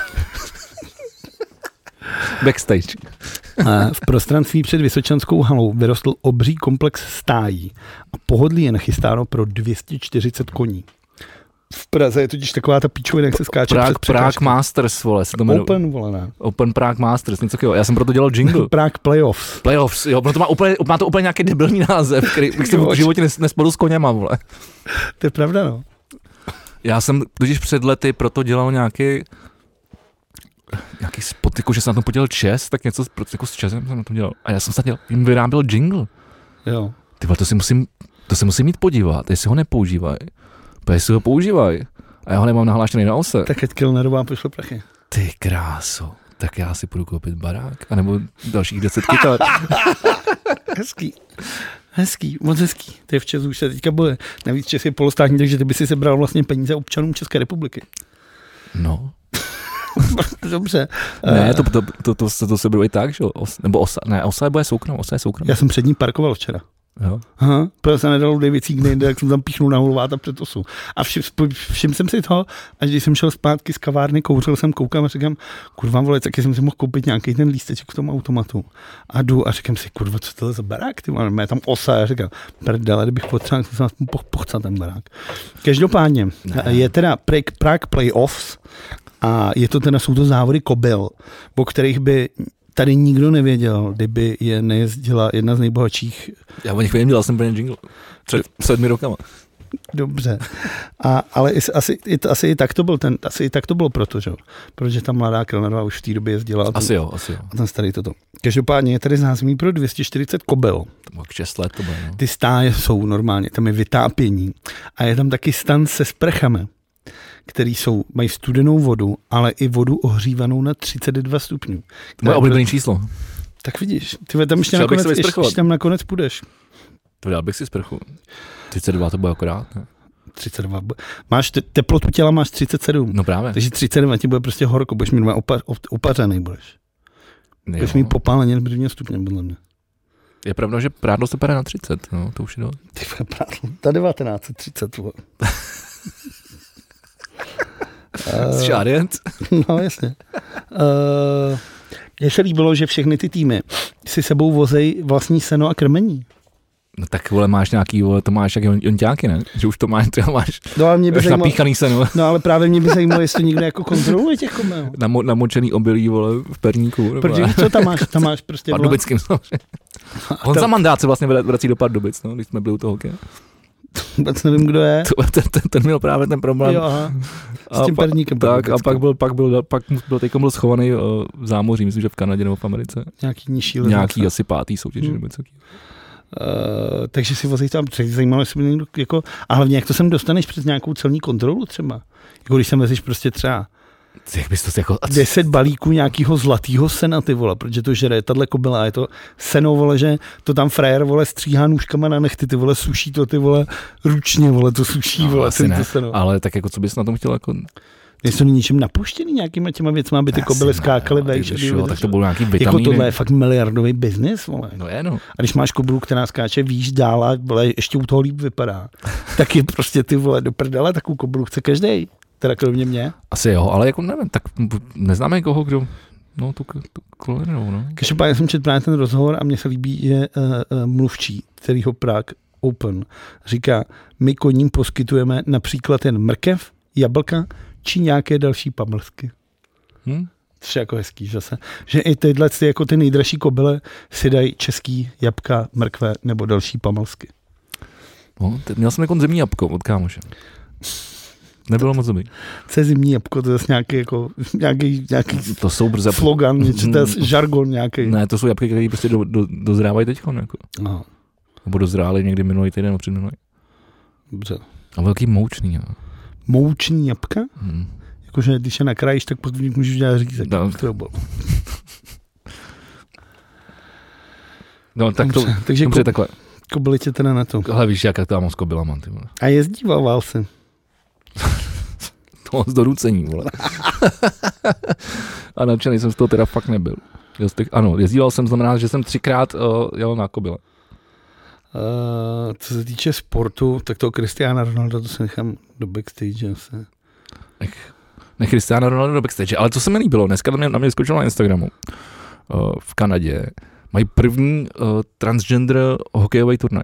Backstage. V prostranství před Vysočanskou halou vyrostl obří komplex stájí a pohodlí je nachystáno pro 240 koní. V Praze je totiž taková ta píčovina, jak se skáče přes překážky. Prague Masters, vole, se to jmenuje. Open, vole, ne. Open Prague Masters, něco takového. Já jsem proto dělal jingle. Prague Playoffs. Playoffs, jo, to má to úplně nějaký debilní název, který bych si v životě nespadl s koněma, vole. To je pravda, no. Já jsem totiž před lety proto dělal nějaký spot, jako, že jsem na tom podělal čes, tak něco jako s česem jsem na tom dělal. A já jsem snad jim vyráběl jingle. Jo. Tyba, to se musím jít podívat, jestli ho nepoužívají. Jestli ho používají. A já ho nemám nahlášený na ose. Tak ať Kellnerová pošle prachy. Ty kráso. Tak já si půjdu koupit barák. A nebo dalších 10 kytar. Hezký, moc hezký. To je v Česu už se teďka bude. Navíc Čes je polostátní, takže ty by si sebral vlastně peníze občanům České republiky. No. Dobře. Ne, to se bylo i tak, že? Nebo osa. Ne, osa je soukromá. Já jsem před ní parkoval včera. Jo. Aha, protože se nedalo dej věcí kde jinde, jak jsem tam píchnul na holováta před osu. A všiml jsem si toho, až když jsem šel zpátky z kavárny, kouřil jsem, koukám a říkám, kurva vole, taky jsem si mohl koupit nějaký ten lísteček v tom automatu. A jdu a říkám si, kurva, co to je za barák, ty máme tam osa. A říkám, prdele, kdybych potřeboval, jsem aspoň pochcat ten barák. Každopádně, je teda Prague Playoffs a jsou to závody kobyl, o kterých by tady nikdo nevěděl, kdyby je nejezdila jedna z nejbohatších. Já o nich vím, dělal jsem pro ně jingle. Před 7 rokama. Dobře. Ale asi i tak to bylo proto, že? Protože ta mladá Kellnerová už v té době jezdila. Asi jo. A ten starý toto. Každopádně je tady zázemí pro 240 kobyl. To bylo 6 let to bylo. No. Ty stáje jsou normálně, tam je vytápění. A je tam taky stan se sprchami, který mají studenou vodu, ale i vodu ohřívanou na 32 stupňů. Moje oblíbené číslo. Tak vidíš, ty tam ještě nakonec půjdeš. To dal bych si sprchu. 32 to bude akorát. Ne? 32. Máš teplotu těla máš 37. No právě. Takže 37 a ti bude prostě horko, budeš mít opařený budeš. Budeš mít popáleně prvního stupně, podle mě. Je pravda, že prádlo se pere na 30, no, to už je dost. Ty prádlo, ta 1930. Šárient? No, jasně. Mně se líbilo, že všechny ty týmy si sebou vozej vlastní seno a krmení. No tak, vole, máš nějaký, vole, to máš jak jonťáky, ne? Že už to máš no, ale mě by napíchaný seno. No, ale právě mě by zajímalo, jestli někdo jako kontroluje těch komel. Namočený obilí, vole, v perníku. Protože co tam máš? Tam máš prostě... Pardubickým, Honza Mandát se vlastně vrací do Pardubic, no, když jsme byli u toho hokeje. Vůbec nevím, kdo je. Ten měl právě ten problém. Jo, aha. S tím perníkem. Tak a pak byl schovaný v zámoří, myslím, že v Kanadě nebo v Americe. Nějaký nižší level. Nějaký asi 5. soutěž nebo něco. Takže si vozíš tam, zajímalo se někdo, jako, a hlavně jak to sem dostaneš přes nějakou celní kontrolu třeba. Jako když sem vezeš prostě třeba 10 balíků nějakého zlatého sena, ty vole, protože to žere tahle kobyla, je to seno, vole, že to tam frajer, vole, stříhá nůžkama na nechty, ty vole, suší to, ty vole, ručně, vole, to suší, no, vole, to seno. Ale tak jako co bys na tom chtěl jako... Jsou ničím napuštěný nějakýma těma věcma, aby ty kobily skákaly vejš. Tak to bylo nějaký vitamíny. Jako tohle je fakt miliardový biznis, vole. No je, no. A když máš kobylu, která skáče výš dál a vole, ještě u toho líp vypadá, tak je prostě ty vole do prdele, takovou kobylu chce každej. Teda kromě mě. Asi jo, ale jako nevím, tak neznáme někoho, kdo no tu kolenou, no. Každopádně jsem četl právě ten rozhovor a mně se líbí, je mluvčí, kterýho Prague Open říká, my koním poskytujeme například jen mrkev, jablka, či nějaké další pamlsky. Což je jako hezký zase. Že i tyhle jako ty nejdražší kobyle si dají český jabka, mrkve nebo další pamlsky. No, měl jsem jako zimní jabko od kámoše. Nebylo moc dobrý. Co je zimní jabko? To je nějaký jako nějaký to jsou slogan, to je žargon nějaký. Ne, to jsou jabky, které prostě dozrávají teďko. Jako. Aha. Nebo dozrály někdy minulý týden, nebo předminulý. Dobře. A velký moučný. Jo. Mouční jabka? Jakože když je nakrájíš, tak pak v nich můžeš dělat řízek. No, tak to, takže dobře, takhle. Kobily tě teda na to. Hele, víš, jaká tam mám s kobylama, ty vole. A jezdíval jsem. To z dorucení, vole. A nadšený jsem z toho teda fakt nebyl. Ano, jezdíval jsem, znamená, že jsem 3krát jel na kobyle. Co se týče sportu, tak toho Cristiana Ronaldo, to se nechám do backstage asi. Ne Cristiano Ronaldo do backstage, ale co se mi líbilo, dneska na mě skočilo na Instagramu v Kanadě, mají první transgender hokejový turnaj.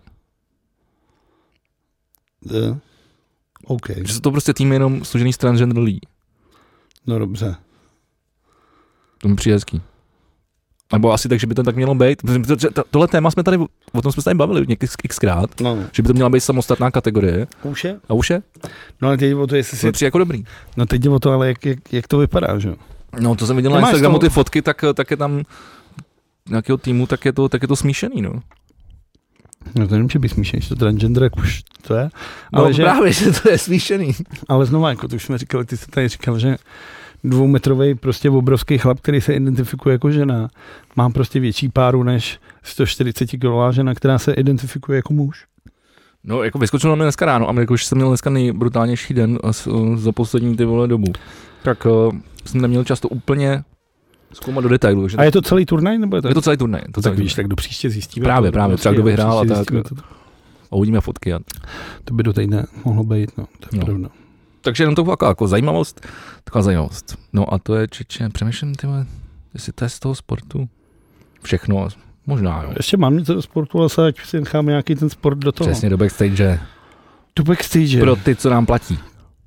Okay. Že jsou to prostě týmy jenom složený z transgender lidí. No dobře. To mi přijde hezký. Nebo asi tak, že by to tak mělo být. Tohle téma jsme tady, o tom jsme se tady bavili xkrát, že by to měla být samostatná kategorie. A už je? No ale teď o to, jestli si... To přijde jako dobrý. No teď o to, ale jak to vypadá, že jo? No to jsem viděl na Instagramu ty fotky, tak je tam nějakého týmu, tak je to smíšený, no. No to nemůže být smíšený, že to transgender, jak už to je. Ale no právě, že to je smíšený. Ale znovu, jako to už jsme říkali, ty jsi tady říkal, že 2metrový prostě obrovský chlap, který se identifikuje jako žena, má prostě větší páru než 140 kilová žena, která se identifikuje jako muž. No, jako vyskočilo na mě dneska ráno, a jakož jsem měl dneska nejbrutálnější den za poslední ty vole dobu, tak jsem neměl často úplně zkoumat do detailu. A je to celý turnaj? Nebo je to celý turnaj. Tak víš, tak do příště zjistíme. Právě, třeba kdo vyhrál a tak. A uvidíme fotky. To by do týdne mohlo být, no, to je pravda. Takže jenom to jako zajímavost, taková zajímavost. No a to je, přemýšlím, jestli to je z toho sportu. Všechno, možná, jo. Ještě mám něco do sportu, ale ať si necháme nějaký ten sport do toho. Přesně, do backstage. Do backstage. Pro ty, co nám platí.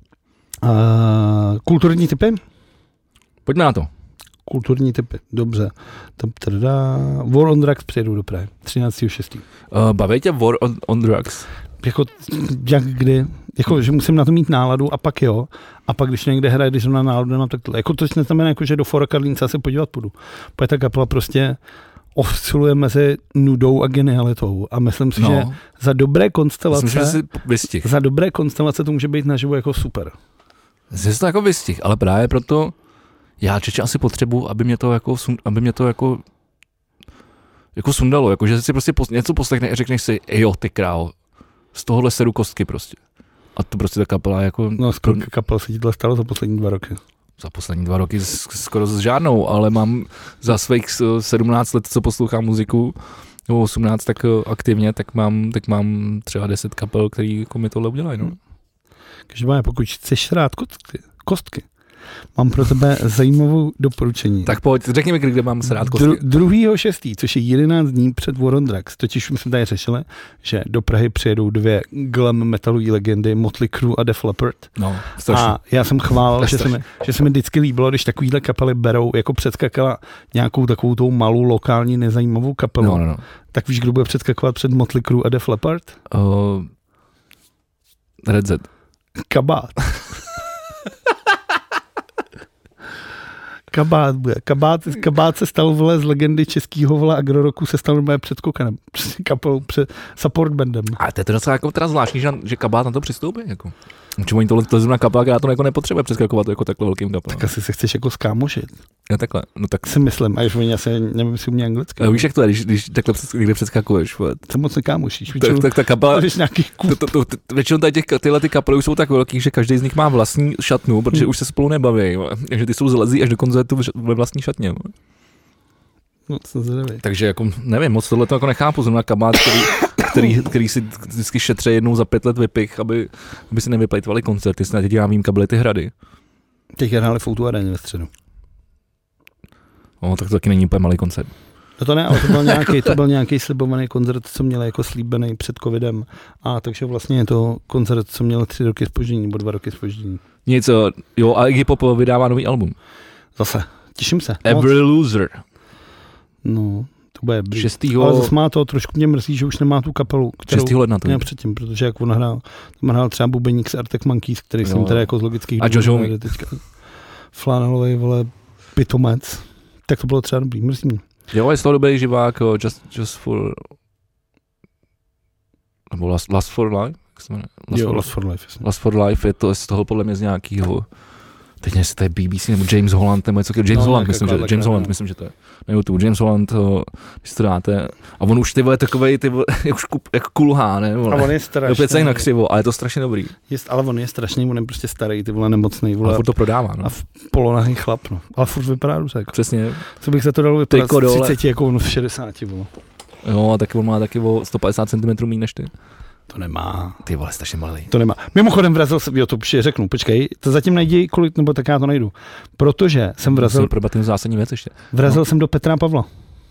Kulturní typy? Pojďme na to. Kulturní typy, dobře. War on Drugs přijedu do Prahy, 13.6. Baví tě War on Drugs? Jako, jak kdy? Jako, že musím na to mít náladu a pak jo. A pak, když někde hraje, když jsem na náladu nemám, tak jako to neznamená, jako, že do Fora Karlínca se podívat půjdu. Protože ta kapela prostě osciluje mezi nudou a genialitou. A myslím si, že za dobré konstelace to může být naživo jako super. Jsi to jako vystih, ale právě proto já asi potřebuji, aby mě to jako sundalo, jako že si prostě něco poslechne a řekneš si, jo, ty král, z tohohle sedu kostky prostě. A to prostě ta kapela jako... No, skoro kapela se ti tohle stalo za poslední 2 roky. Za poslední 2 roky skoro s žádnou, ale mám za svých 17 let, co poslouchám muziku, nebo 18 tak aktivně, tak mám třeba 10 kapel, který jako mi tohle udělají, no. Každopádně, pokud chceš rád kostky, mám pro tebe zajímavou doporučení. Tak pojď, řekni mi, kde mám rád kostky. 2.6., což je 11 dní před War on Drugs, totiž jsme tady řešili, že do Prahy přijedou 2 glam metalové legendy, Motley Crue a Def Leppard. No, strašně. A já jsem chválil, že se mi vždycky líbilo, když takovýhle kapely berou, jako předskakala nějakou takovou tou malou lokální nezajímavou kapelu. No. Tak víš, kdo bude předskakovat před Motley Crue a Def Leppard? Red Z. Kabát. Kabát se stal, vole, z legendy českýho, vole, agroroku se stal mé předskokanem. Kapelou, support bandem. A to je docela jako teda zvláštní, že Kabát na to přistoupí, jako. Čemu oni tohle zrovna kapela, která to jako nepotřebuje přeskakovat jako takhle velkým kapelám. Tak asi se chceš jako skámošit. Ja, takhle, no tak si myslím, a už oni asi nevím, jestli umějí anglicky. Ale víš, jak to je, když takhle někde přeskakuješ. To moc nekámošíš. Tak ta kapela, většinou tyhle ty kapely jsou tak velký, že každý z nich má vlastní šatnu, protože už se spolu nebaví. Takže ty jsou zlezí až do koncertu ve vlastní šatně. No, takže jako nevím, moc tohle to jako nechápu, zrovna Kabát, který si vždycky šetře jednou za 5 let vypich, aby si nevyplejtvali koncerty, snad teď já vím, byly ty Hrady. Teď hráli v O2 Areně ve středu. Tak to taky není úplně malý koncert. No to ne, ale to byl nějaký slibovaný koncert, co měl jako slíbený před covidem. A takže vlastně je to koncert, co měl 3 roky zpoždění, nebo 2 roky zpoždění. Něco, jo, a Iggy Pop vydává nový album. Zase, těším se. Every Loser. No, to bude 6. Ale zase má to, trošku mě mrzí, že už nemá tu kapelu, kterou 6. ledna to měl předtím, protože jak on hrál třeba bubeník z Arctic Monkeys, který jsem tady jako z logických důvodů flanelovej, vole, pitomec, tak to bylo třeba dobrý, mrzí mě. Jo, je z toho dobrý živák, Just for... nebo Last for Life? Last for Life. Jasně. Last for Life je to z toho podle mě z nějakýho, teď nevím, jestli to je BBC nebo James Holland, nebo něco, James Holland, myslím, že to je na YouTube, James Holland, když to dáte, a on už ty vole takovej, ty vole, jako kulhá, ne? Vole. A on je strašný. Opět se na křivo, ale je to strašně dobrý. Ale on je strašný, on je prostě starý, ty vole, nemocnej, vole. Ale furt to prodává, no. A polonahý chlap, no. Ale furt vypadá dobře, jako. Přesně. Co bych za to dal vypadat z 30, jako on v 60, vole. Jo, a taky on má taky o 150 cm méně než ty. To nemá. Ty vole, strašně malý. To nemá. Mimochodem vrazil jsem, jo, to řeknu, počkej, to zatím najdi, kolik, nebo tak já to najdu. Protože jsem vrazil... Musím zásadní věc ještě. Vrazil jsem do Petra Pavla.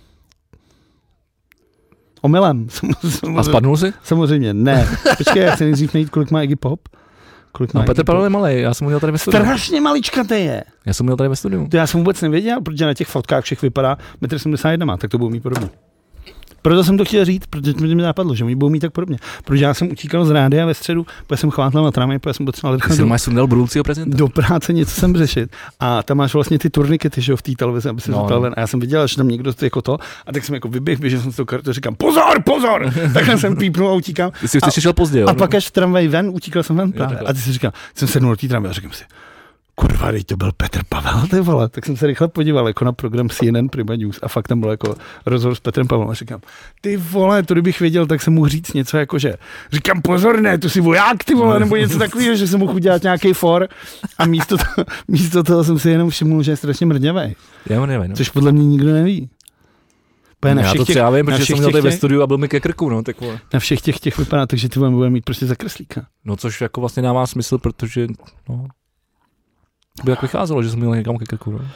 Omylem. A spadnul jsi? Samozřejmě, ne. Počkej, já chci nejdřív najít, kolik má Iggy Pop. Petr Pavel je malý, já jsem ho měl tady ve studiu. Strašně maličkatý je. Já jsem ho měl tady ve studiu. To já jsem vůbec nevěděl, protože na těch fotkách všech vypadá 1,71 m má, tak to budou mít podobně. Proto jsem to chtěl říct, protože mi napadlo, že oni budou mít tak podobně. Protože já jsem utíkal z rádia ve středu, protože jsem chvátal na tramvaj, protože jsem potřeboval rychle. Ty máš sundal budoucího prezidenta. Do práce něco jsem řešit. A tam máš vlastně ty turnikety, že jo, v té televizi, aby se zeptal ven. A já jsem viděl, že tam někdo jako to, a tak jsem jako vyběh, běžel jsem z toho kartu a říkám, pozor! Takhle jsem pípnul a utíkám. Ty jsi šel pozdě, a pak až v tramvaji ven, utíkal jsem ven právě. A ty si říkal, jsem sednul do té tramvaje a říkám si, kurva, to byl Petr Pavel, ty vole. Tak jsem se rychle podíval jako na program CNN Prima News a fakt tam byl jako rozhovor s Petrem Pavlem a říkám, ty vole, to kdybych věděl, tak jsem mohl říct něco jako, že říkám, pozor, ne, to jsi voják, ty vole, nebo něco takového, že jsem mohl udělat nějaký for a místo toho jsem si jenom všiml, že je strašně mrňavej. No. Což podle mě nikdo neví. Já to třeba vím, protože jsem měl tady ve studiu a byl mi ke krku, no, tak vole. Na všech těch vypadá, takže ty bude mít prostě za kreslíka. No, což jako vlastně dává smysl, protože, no, by tak vycházelo, že jsem měl někam ke krku, no.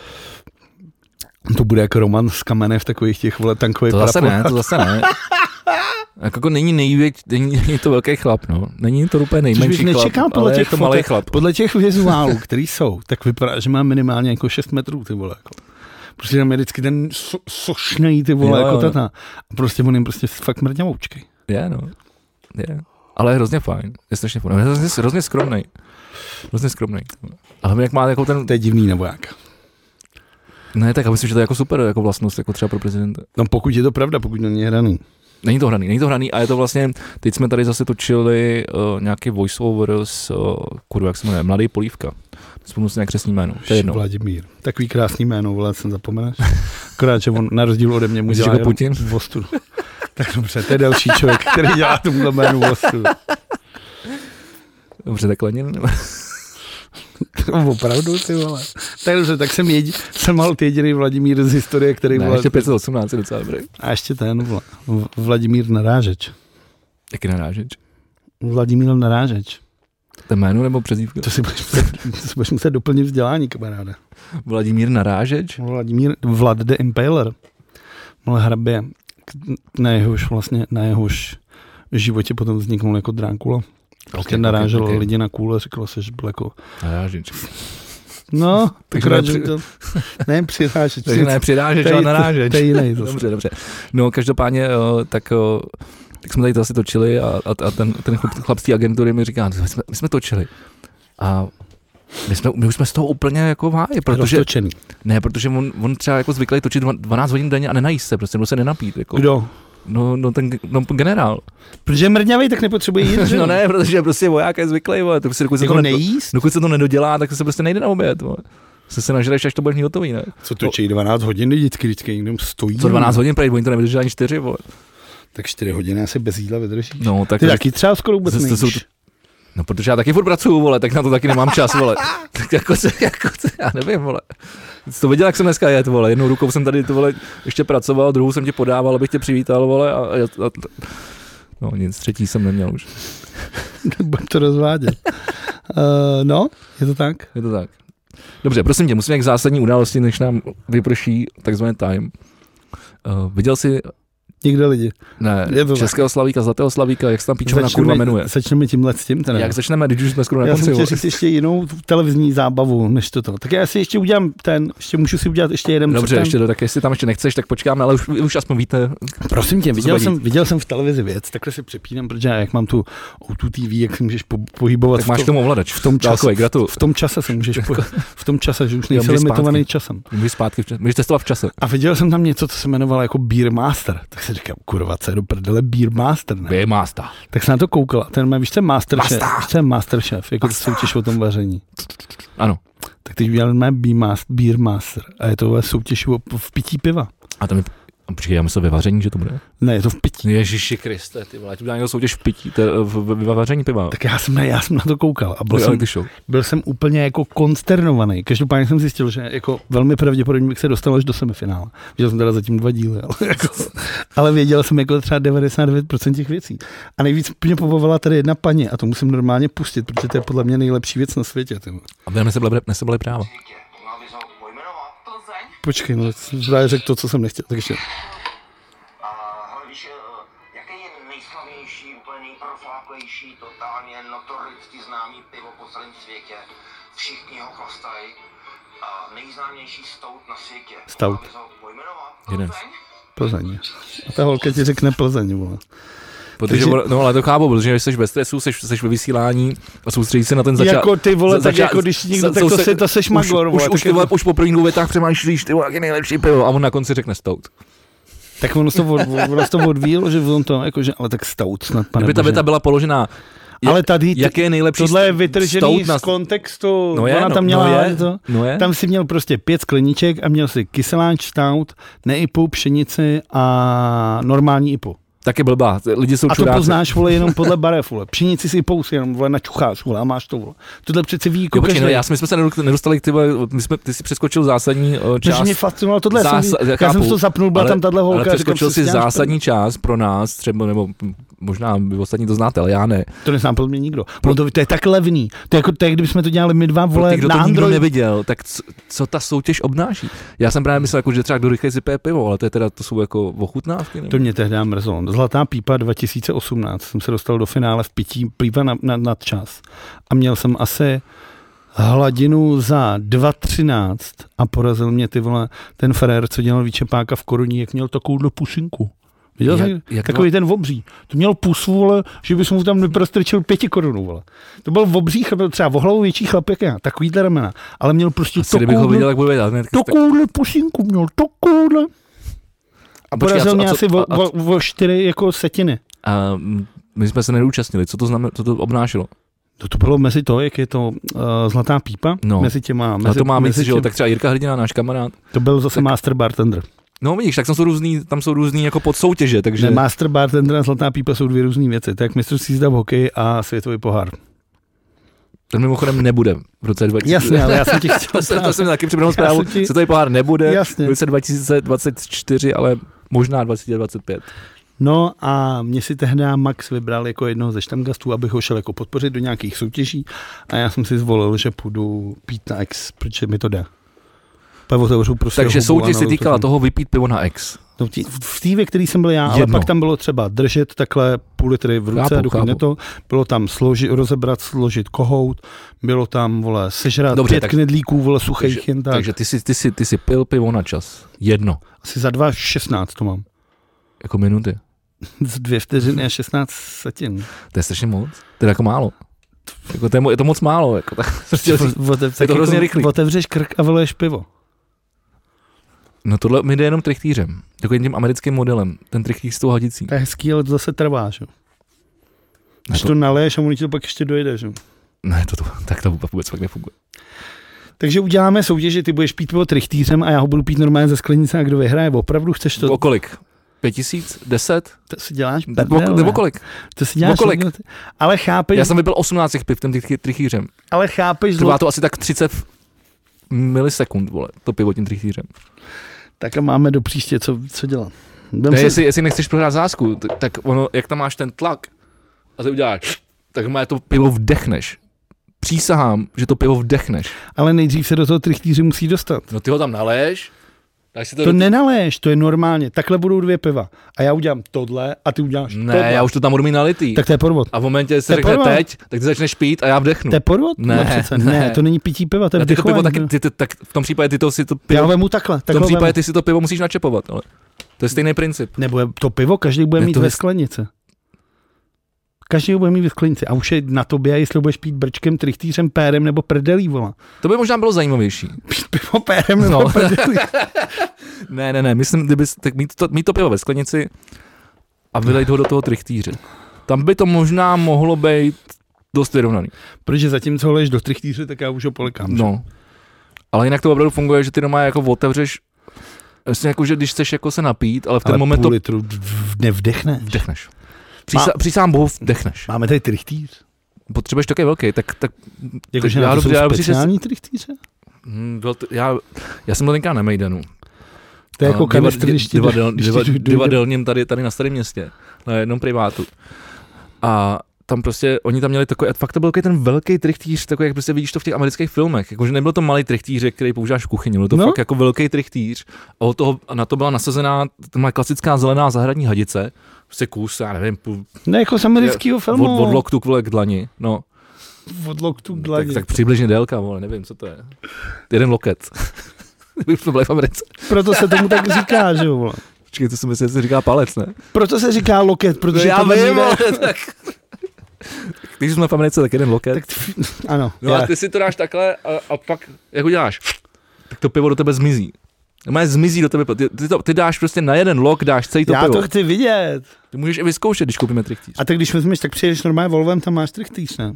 To bude jako Roman z Kamene v takových těch, vole, tankových parapolách. To zase ne. Jako není to velký chlap, no. Není to úplně nejmenší chlap, ale je to malý chlap. Podle těch vizuálů, který jsou, tak vypadá, že má minimálně jako 6 metrů, ty vole, jako. Prostě tam je vždycky ten sošnej, ty vole, jako tata. A prostě on jim prostě fakt mrňavoučkej. Je, no. Je. Ale je hrozně fajn. Je strašně fajn. Je hrozně skromnej. Hrozně skromnej. Ale jak má jako ten... To je divný nebo jak? Ne, tak já myslím, že to je jako super, jako vlastnost, jako třeba pro prezidenta. No pokud je to pravda, pokud není hraný. Není to hraný a je to vlastně, teď jsme tady zase točili nějaký voiceover s, kurva, jak se jmenuje, Mladý Polívka. Vzpomněl si na křestní jméno. To je jedno. Vladimír. Takový krásný jméno, vole, jsem zapomeneš. Akorát, že on na rozdíl ode mě mu dělá jako Putin? Vostu. Tak dobře, to je další člověk, který dělá tomuhle jménu Vostu. Dobře, tak Lenin. Opravdu, ty vole. Tak dobře, tak jsem mal ty jediný Vladimír z historie, který ne, ještě 518 je docela dobrý. A ještě ten, Vladimír Narážeč. Jaký Narážeč? Vladimír Narážeč. To jméno nebo přezdívka? To si budeš muset doplnit vzdělání, kamaráde. Vladimír Narážeč? Vlad the Impaler. Mole hrabě, na jehož životě potom vzniknul jako Drákula. Prostě narážel lidi na kůle, říkalo se, že byl jako... Narážeč. No, akorát, že to... Ne, přirážeč. Takže ne přirážeč, ale narážeč. To je jiný. Dobře. No, každopádně, tak jsme tady to asi točili a ten chlap z té agentury mi říká, my jsme točili. A my už jsme z toho úplně jako v háji, protože... Roztočený. Ne, protože on třeba jako zvyklý točit 12 hodin denně a nenajíst se, prostě, nebo se nenapít. Jako. Kdo? No ten generál. Protože je mrňavej, tak nepotřebuje jít, že? No ne, protože prostě voják je zvyklý, vole. To si, dokud se to nedodělá, tak se prostě nejde na oběd, vole. Se nažereš, až to budeš mít hotový, ne? Co točí 12 hodin vždycky někdo stojí? Co 12 hodin, prý, oni to nevydrží ani 4, vole. Tak 4 hodiny asi bez jídla vydržíš. No, tak ty taky třeba skoro vůbec nejíš. No, protože já taky furt pracuju, vole, tak na to taky nemám čas, vole. Tak jako já nevím, vole. Jsi to viděl, jak jsem dneska jet, vole. Jednou rukou jsem tady, vole, ještě pracoval, druhou jsem tě podával, abych tě přivítal, vole. No nic, třetí jsem neměl už. Budem to rozvádět. No, je to tak? Je to tak. Dobře, prosím tě, musíme k zásadní události, než nám vyprší takzvané time. Viděl jsi někde lidi. Ne, českého slavíka, zlatého slavíka, jak se tam píčovina kurva jmenuje. Začneme tímhle s tím. Teda. Jak začneme, když už jsme skoro na konci. Já jsem chtěl říct ještě jinou televizní zábavu, než toto. Tak já si ještě udělám ještě můžu si udělat ještě jeden. Dobře, ještě tak jestli tam ještě nechceš, tak počkáme, ale už aspoň víte. Prosím tě, viděl jsem v televizi věc, takhle si přepínám, protože jak mám tu O2 TV, jak si můžeš pohybovat. Tak máš tomu ovladač. V tom čase se můžeš v tom čase, že už nejsi limitovaný časem. Můžeš testovat v čase. A viděl jsem tam něco, co se jmenovalo jako Beer Master. Tak si říkám, kurva, co je do prdele Beer Master, ne? Beer Master. Tak se na to koukala. Víš, co je Masterchef, jako soutěž o tom vaření. Ano. Tak teď udělali Beer Master a je to soutěž v pití piva. A tam je... Počkej, já myslel ve vaření, že to bude? Ne, je to v pití. Ježiši Kriste, ty vole, tu dá někdo soutěž v pití, ve vaření piva. Tak já jsem na to koukal a byl jsem úplně jako konsternovaný. Každopádně jsem zjistil, že jako velmi pravděpodobně bych se dostal až do semifinále. Viděl jsem teda zatím 2 díly, ale věděl jsem jako třeba 99% těch věcí. A nejvíc mě pobavila tady jedna paní a to musím normálně pustit, protože to je podle mě nejlepší věc na světě. Aby nesebali práva. Počkej, no, právě řekl to, co jsem nechtěl, takže... Ale víš, jaký je nejslavnější, úplně nejprofláklejší, totálně notoricky známý pivo po celém světě? Všichni ho chlastají. A nejznámější stout na světě. Stout. Plzeň. A ta holka ti řekne Plzeň, vole. Protože, no ale to chápu, protože jsi ve stresu, jsi ve vysílání a soustředíš se na ten začátek. Jako ty vole, tak jako když někdo, tak to seš magor, vole. Už po prvních 2 větách přemýšlíš, ty vole, jak je nejlepší pivo a on na konci řekne stout. Tak ono z toho odvíjelo, že on to, jakože, ale tak stout snad, pane Kdyby ta věta byla položená, ale tady, jak je nejlepší tohle je vytržený z kontextu, ona tam měla tam si měl prostě 5 skleniček a měl si kyseláč, stout, neipu, pšenici a normální ipu. Taky blbá, lidi jsou čuráci. A to poznáš, vole, jenom podle barev, vole. Pšenici si pous, jenom, vole, načucháš, vole, a máš to, vole. Tohle přece ví, jako každý. No, my jsme se nedostali k ty jsi přeskočil zásadní část. Mě fascinovalo tohle, já jsem to zapnul, byla tam tahle holka. Ale přeskočil si zásadní část pro nás, třeba, nebo možná vy ostatní to znáte, ale já ne. To neznám podle mě nikdo. To je tak levný. To je jako kdybychom to dělali my dva, vole, kdo to nikdo neviděl, tak co ta soutěž obnáší? Já jsem právě myslel, jako, že třeba kdo rychle si pije pivo, ale to jsou jako ochutnávky. To mě tehdy mrzlo. Zlatá pípa 2018 jsem se dostal do finále v pití piva nad čas. A měl jsem asi hladinu za 2,13 a porazil mě, ty vole, ten frér, co dělal Výčepáka v Koruní, jak měl takovouhle pusinku. Viděl jsi? Takový ten obří. To měl pusu, vole, že bys mu tam neprostrčil 5 korun, vole. To byl obří, byl třeba o hlavu větší chlap jak já, takovýhle ramena. Ale měl prostě takovouhle pusinku, měl takovouhle. A porazil mě asi o 4 jako setiny. A my jsme se neúčastnili. Co to znamená, co to obnášelo? To bylo mezi to, jak je to zlatá pípa, mezi těma... A to má mezi, že tak třeba Jirka Hrdina, náš kamarád. To byl zase Master Bartender. No vidíš, tak tam jsou různý jako podsoutěže, takže... Ne, Master Bartender a zlatá pípa jsou 2 různý věci, tak mistrovství světa v hokeji a světový pohár. Ten mimochodem nebude v roce 2000. Jasně, ale já jsem ti chtěl... To jsem taky připravil zprávu, světový pohár nebude v roce 2024, ale možná 2025. No a mě si tehdy Max vybral jako jednoho ze štamgastů, abych ho šel jako podpořit do nějakých soutěží a já jsem si zvolil, že půjdu pít na X, protože mi to dá. Prostě takže soutěž se týkala toho vypít pivo na X. No, v té, ve který jsem byl já, ale pak tam bylo třeba držet takhle půl litry v ruce, dokud to, bylo tam rozebrat, složit kohout, bylo tam, vole, sežrat 5 knedlíků, vole, suchých jen tak. Takže ty si pil pivo na čas. Jedno. Asi za 2,16 to mám. Jako minuty. Z 2 vteřiny a 16 setin. To je strašně moc. To je jako málo. Jako je to moc málo. Jako, je to hrozně rychlý. Otevřeš krk a vyleješ pivo. No tohle mi jde jenom trichtýřem. Takovým tím americkým modelem. Ten trichtýř s tou hadicí. To je hezký, ale to zase trvá, že? Když to naleješ a on ti to pak ještě dojde, že? Ne, tak to vůbec fakt nefunguje. Takže uděláme soutěž, že ty budeš pít pivo trichtýřem a já ho budu pít normálně ze sklenice a kdo vyhraje. Opravdu chceš to? O kolik? 5000? 10? To si děláš nebo kolik? To si děláš kolik? Ale chápeš... Já jsem vypil 18 piv tím trichtýřem. Ale chápeš... Trvá to asi tak 30 milisekund, vole, to pivo tím trichtýřem. Tak a máme do příště co dělat. Jestli nechceš prohrát zásku, tak ono, jak tam máš ten tlak a ty uděláš, tak má to pivo vdechneš. Přísahám, že to pivo vdechneš. Ale nejdřív se do toho trichtýře musí dostat. No ty ho tam naleješ, To nenaleješ, to je normálně. Takhle budou 2 piva. A já udělám tohle a ty uděláš tohle. Ne, já už to tam budu mít nalitý. Tak to je podvod. A v momentě se řekne teď, tak ty začneš pít a já vdechnu. To je podvod? Ne, to není pití piva, to je vdechování. Tak v tom případě ty to si to pivo... Já vemu takhle. V tom případě ty si to pivo musíš načepovat, ale to je stejný princip. Nebo to pivo každý bude mít ve sklenici. Každý bude mít ve sklenici. A už je na tobě, jestli budeš pít brčkem, trichtýřem, pérem nebo prdelí, vola. To by možná bylo zajímavější. Pít pivo pérem nebo prdelí. Ne, myslím, tak mít to pivo ve sklenici a vylejt ho do toho trichtýře. Tam by to možná mohlo být dost vyrovnaný. Protože zatímco ho leješ do trichtýře, tak já už ho polikám. No. Ale jinak to opravdu funguje, že ty doma jako otevřeš, vlastně jako, že když chceš jako se napít, ale v ten moment půl litru nevdechneš. Vdechneš. Přísám bohu vdechneš. Máme tady trichtýř. Potřebuješ taky velký, tak jakože na to jsou speciální trichtýře? Já jsem byl tenkrát na Mejdanu. To je jako kanistr, divadelním tady na Starém Městě, na jednom privátu. A tam prostě, oni tam měli takový, fakt to byl ten velký trichtýř, takový, jak prostě vidíš to v těch amerických filmech, jakože nebyl to malý trichtýř, který používáš v kuchyni, byl to fakt jako velký trichtýř a na to byla nasazená klasická zelená zahradní hadice, prostě kus, já nevím, ne, jako z amerického filmu. Od loktu k dlani, no. Od loktu k dlani. Tak přibližně délka, vole, nevím, co to je. Jeden loket. Už jsme byli v Americe. Proto se tomu tak říká, že jo, vole. Počkej, to si myslím, že se říká palec, ne? Proto se říká loket, protože já vím, tak... Když jsme v Americe, tak jeden loket. Tak ano. No a ty si to dáš takhle a pak, jak ho děláš, tak to pivo do tebe zmizí. Zmizí do tebe, ty dáš prostě na jeden lok, dáš celý to pivo. Já to chci vidět. Ty můžeš i vyzkoušet, když koupíme trichtýř. A tak když vezmeš, tak přijedeš normálně Volvem, tam máš trichtýř, ne?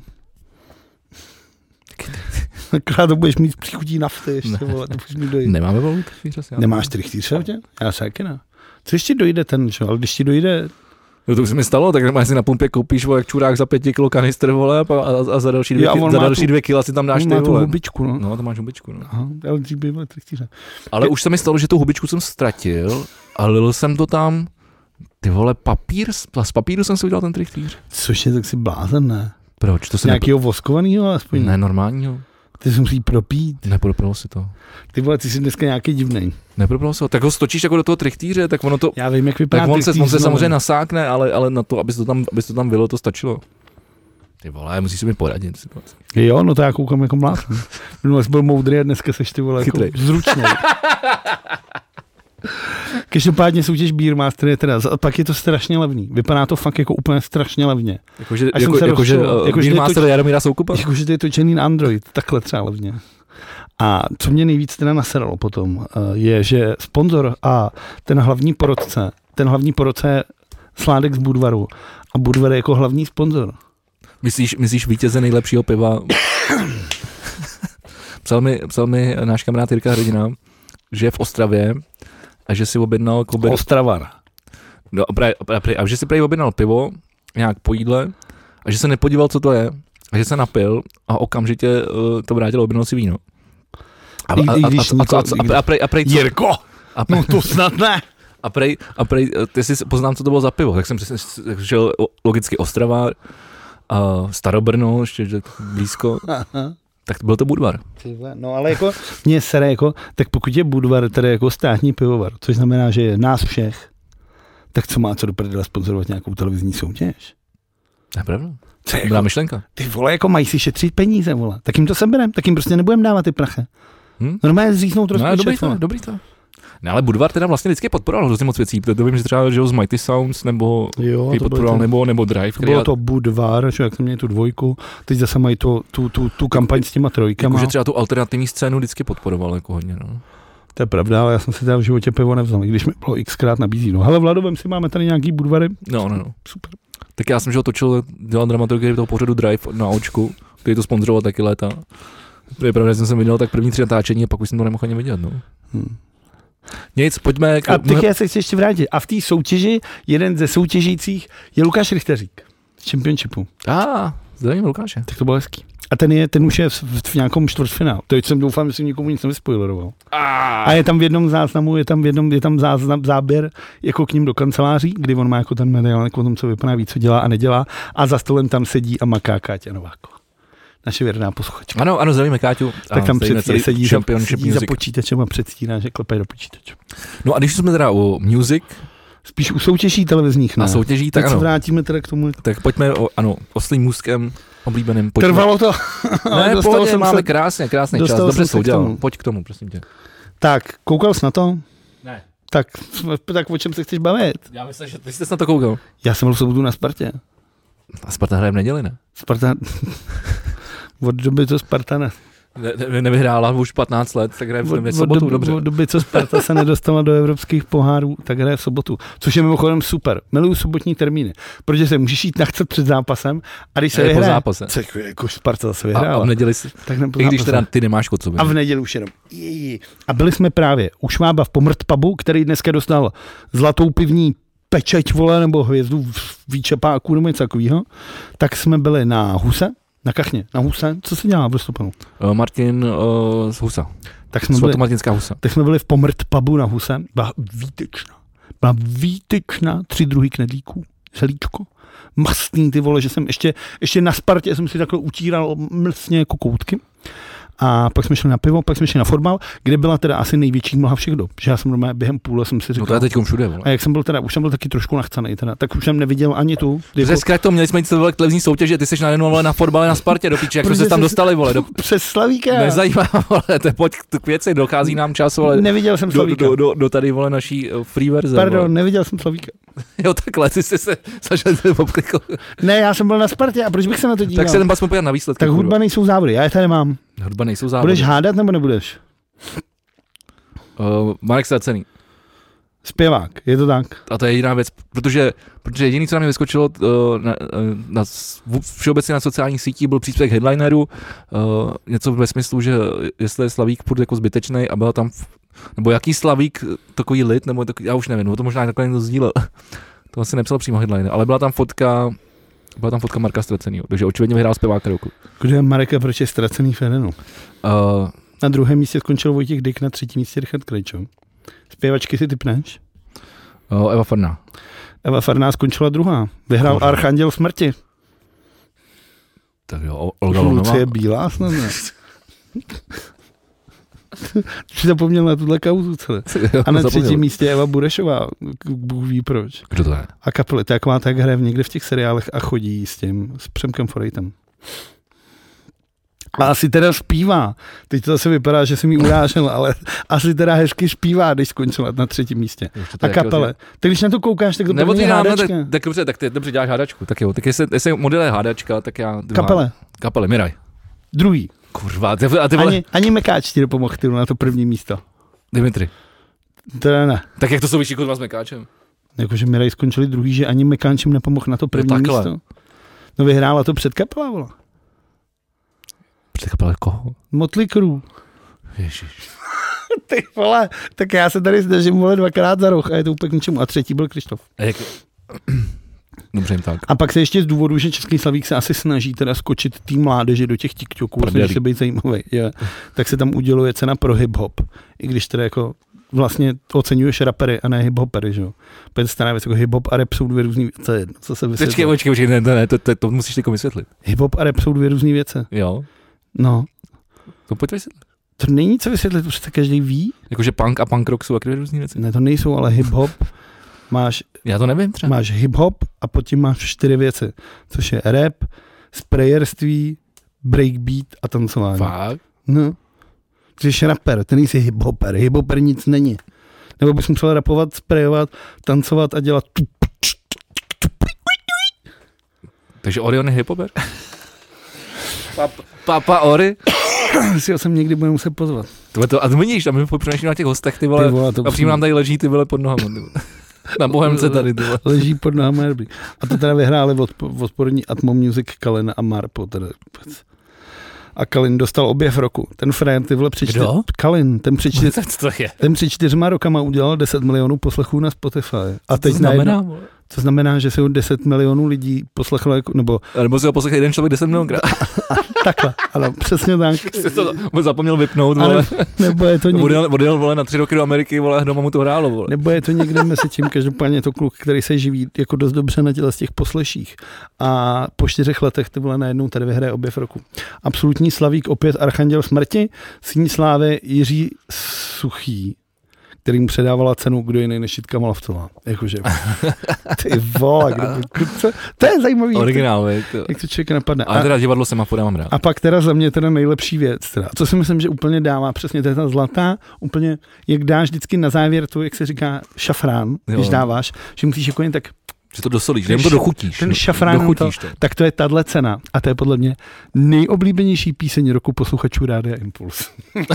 Akorát to budeš mít z příchutí nafty ještě, vole, to budeš mít dojít. Nemáme Volvu trichtýř asi. Nemáš trichtýř, já se taky ne. Co ještě dojde ten, že? Ale když ti dojde... No to už se mi stalo, tak si na pumpě koupíš, vole, čurák za 5 kilo kanistr, vole, a za další 2 kila si tam dáš ty, vole. Má tu hubičku, no. No, to máš hubičku, no. Aha, ale dřív bývaly trichtýře. Ale už se mi stalo, že tu hubičku jsem ztratil a lil jsem to tam, ty vole, z papíru jsem si udělal ten trichtýř. Což je, tak si blázen, ne? Proč? To se nějakýho voskovanýho aspoň? Ne, normálního. Ty si musí propít. Nepropilo si to. Ty vole, ty jsi dneska nějaký divnej. Nepropilo si to. Tak ho stočíš jako do toho trichtýře, tak ono to... Já vím, jak vypadá tak on se samozřejmě nasákne, ale na to, aby to tam bylo, to stačilo. Ty vole, musíš si mi poradit situaci. Jo, no to já koukám jako mlátnu. Minule jsi byl moudrý a dneska seš ty vole jako zručný. Každopádně soutěž Beermaster je teda, pak je to strašně levný. Vypadá to fakt jako úplně strašně levně. Jakože Beermaster Jaromíra Soukupa? Jakože to je točený na Android, takhle třeba levně. A co mě nejvíc teda naseralo potom, je, že sponzor a ten hlavní porodce je Sládek z Budvaru a Budvar je jako hlavní sponzor. Myslíš vítěze nejlepšího piva? psal mi náš kamarád Jirka Hrdina, že je v Ostravě a že si objednal... Ostravar. No, a že si prej objednal pivo nějak po jídle a že se nepodíval, co to je a že se napil a okamžitě to vrátil, objednal si víno. A prej co? Jirko, no to snad ne. A prej, ty si poznám, co to bylo za pivo, tak jsem přesně šel logicky Ostrava, Starobrno, ještě blízko. Aha. Tak byl to Budvar. No ale jako, mě sere jako, tak pokud je Budvar tedy jako státní pivovar, což znamená, že je nás všech, tak co má co do prdele sponzorovat nějakou televizní soutěž? To je pravda. To je dobrá myšlenka. Ty vole, jako mají si šetřit peníze, vole. Tak jim to seberem, tak jim prostě nebudeme dávat ty prachy. Normálně zříznout rozpočet. No, dobrý to. No, ale Budvar teda vlastně vždycky podporoval hrozně moc věcí, protože vím, že třeba že z Mighty Sounds nebo podporoval, nebo Drive. Bylo to Budvar, že jak jsme měli tu 2, teď zase mají tu kampaň s těma 3. Jakože třeba tu alternativní scénu vždycky podporoval jako hodně, no. To je pravda, ale já jsem si teda v životě pivo nevzal, i když mi bylo xkrát nabízí. No, hele Vlado, vem si, máme tady nějaký Budvary. No. Super. Tak já jsem že ho točil, dělal dramaturgii toho pořadu Drive na Očku, který to sponzoroval taky léta. To je pravda, že jsem viděl tak první 3 natáčení a pak už jsem to nemohl ani vidět, no. Nic, pojďme... A teď já se chci ještě vrátit. A v té soutěži, jeden ze soutěžících je Lukáš Richteřík z Championshipu. Zdravím Lukáše. Tak to bylo hezký. A ten už je v nějakém čtvrtfinále. To jsem doufám, že jsem nikomu nic nevyspoileroval. A je tam v jednom záznamu, je tam záběr jako k ním do kanceláří, kdy on má jako ten medailonek o tom, co vypadá, ví, co dělá a nedělá. A za stolem tam sedí a maká Káťa Nováková. naše věrná posluchačka. Ano, zdravíme Káťu. Tak tam sedí za počítačem a předstírá, že klepe do počítače. No a když jsme teda u music, spíš u soutěží televizních, ne? Na soutěží, tak ano. Se vrátíme teda k tomu. Tak pojďme oslým můstkem oblíbeným. Pojďme. Trvalo to. Ne, pohodě, máme krásný čas. Dobře jsi udělal. Pojď k tomu, prosím tě. Tak, koukal jsi na to? Ne. Tak o čem se chceš bavit? Já myslím, že ty jsi na to koukal. Já jsem byl v sobotu na Spartě. A Sparta hraje v neděli, ne? Sparta... Od doby, co Sparta nevyhrála už 15 let, tak hraje v sobotu, dobře. Od doby, co Sparta se nedostala do evropských pohárů, tak hraje v sobotu. Což je mimochodem super. Miluju sobotní termíny, protože se můžeš jít nachcet před zápasem a když se vyhraje, po zápase. Jako Sparta zase vyhrála. A v neděli si, tak i když teda ty nemáš kocovinu. A v neděli už jenom. A byli jsme právě u Švába v Pomrt pubu, který dneska dostal zlatou pivní pečeť, vole, nebo hvězdu výčepáku, nebo něco takového. Tak jsme byli na Huse, na Kachně, na Huse. Co se dělá v listopadu? Martin z Husa. Tak jsme byli v Pomrt pubu na Huse. Byla výtečná 3 druhy knedlíků. Zelíčko. Mastný, ty vole, že jsem ještě na Spartě jsem si takhle utíral mlsně jako koutky. A pak jsme šli na pivo, pak jsme šli na fotbal, kde byla teda asi největší mlha všech dob. Že já jsem normálně během půle jsem si říkal. No to je teďkom všude, vole. A jak jsem byl teda, už jsem byl taky trošku nachcanej teda, tak už jsem neviděl ani tu. Zkrátka to měli jsme jít k televizní soutěže, ty jsi najednou vole na fotbale na Spartě do píče, jak jsme se tam dostali, vole. Přes Slavíka. Nezajímá, vole, to pojď k věci, dochází nám čas, vole. Neviděl jsem Slavíka. Do tady, vole, naší free verze. Pardon, vole. neviděl jsem Slavíka. Jo, takhle, ty jsi se zažil obklikl. Ne, já jsem byl na Spartě a proč bych se na to díval? Tak se ten pas na výsledky. Tak hudba nejsou závody, já je tady mám. Hudba nejsou závody. Budeš hádat nebo nebudeš? Marek Ztracený. Zpěvák, je to tak. A to je jediná věc, protože jediný, co na mě vyskočilo všeobecně na sociálních sítích, byl příspěvek headlineru, něco ve smyslu, že jestli je Slavík furt jako zbytečnej a byla tam, nebo jaký Slavík, takový lid, nebo takový, já už nevím, to možná takhle někdo sdílel. To asi nepsal přímo headliner, ale byla tam fotka Marka Ztracenýho, takže očividně vyhrál zpěváka roku. Kdo je Marek a proč je Ztracený Ferenu? Na druhém místě skončil Vojtěch Dyk, na třetím místě Richard Krejčo. Zpěvačky si typneš? Eva Farná. Eva Farná skončila druhá. Vyhrál Archanděl smrti. Tak jo, Olga Lonová. Lucie Bílá snad ne. Jsi zapomněl na tuhle kauzu celé. A na třetím místě Eva Burešová. Bůh ví proč. Kdo to je? A Kapely, to jak má tak hraje někde v těch seriálech a chodí s Přemkem Forejtem. A asi teda zpívá. Teď to zase vypadá, že jsem jí urážel, ale asi teda hezky zpívá, když skončila na třetím místě. A Kapele. Ty když na to koukáš, tak to nebo první hádačka. Tak ty dobře děláš hádačku. Tak jo, tak jestli model je hádačka, tak já... Kapele, Miraj. Druhý. Kurva, a ty vole... Ani Mekáč ti nepomohl na to první místo. Dimitri. Teda ne. Tak jak to souvisí s Mekáčem? Jakože Miraj skončili druhý, že ani Mekáč jim nepomohl na to první místo. No vyhrála to před Kapela, vole. Před Kapela koho? Motley Crue. Ježiš. Ty vole, tak já se tady snažím, vole, 2krát za roh a je to úplně k ničemu. A třetí byl Krištof. Dobře jim tak. A pak se ještě z důvodu, že Český Slavík se asi snaží teda skočit tým mládeže do těch TikToků, snaží se být zajímavý, tak se tam uděluje cena pro hip-hop. I když teda jako vlastně oceňuješ rapery a ne hip-hopery, že jo. Protože stará věc, jako hip-hop a rap jsou 2 různý věci. Co se vysvětlí? Počkej, ne, to musíš teď vysvětlit. Hip-hop a rap jsou 2 různý věci. Jo. No. To pojď vysvětlit. To není co vysvětlit, protože to každý ví. Jakože punk a punk rock jsou taky 2 různý věci. Ne, to nejsou, ale hip-hop máš... Já to nevím třeba. Máš hip-hop a pod tím máš 4 věci, což je rap, sprayerství, breakbeat a tancování. Fakt? No. Ty jsi rapper, ty nejsi hip-hopper. Hip-hopper nic není. Nebo bys musel rapovat, sprayovat, tancovat a dělat... Takže Orion je hip-hopper? Papa Ori? Si ho sem někdy budeme muset pozvat. A to vidíš, a my přemýšlíme na těch hostech, ty vole, a přímo nám tady leží ty vole pod nohama. Na Bohemce tady, ty vole. Leží pod nohama herby. A to teda vyhráli odporní Atmo Music Kalin a Marpo. Teda. A Kalin dostal objev roku. Ten frajer, ty vole, Kalin, ten před 4 rokama udělal 10 milionů poslechů na Spotify. A teď To znamená, že se ho 10 milionů lidí poslechlo, nebo si ho poslechli jeden člověk 10 milionkrát. Takhle, ale přesně tak. Jsi to zapomněl vypnout, vole. Nebo je to někde... Odjel, vole, na 3 roky do Ameriky, vole, doma mu to hrálo, vole. Nebo je to někde mezi tím, každopádně je to kluk, který se živí jako dost dobře na těle z těch posleších. A po 4 letech, ty vole, najednou tady vyhraje objev roku. Absolutní slavík, opět Archanděl smrti, Síň slávy Jiří Suchý, který mu předávala cenu, kdo jiný než Jitka Malavcová. Jakože, ty vole, to je zajímavý. Originál, jak to člověk napadne. Ale teda divadlo Semafor mám rád. A pak teda za mě teda nejlepší věc, teda, co si myslím, že úplně dává, přesně to je ta zlatá, úplně, jak dáš vždycky na závěr to, jak se říká šafrán, když dáváš, že musíš jako jen tak... Že to dosolíš, že to dochutíš. Ten šafrán, tak to je tahle cena. A to je podle mě nejoblíbenější píseň roku posluchačů Rádia Impuls.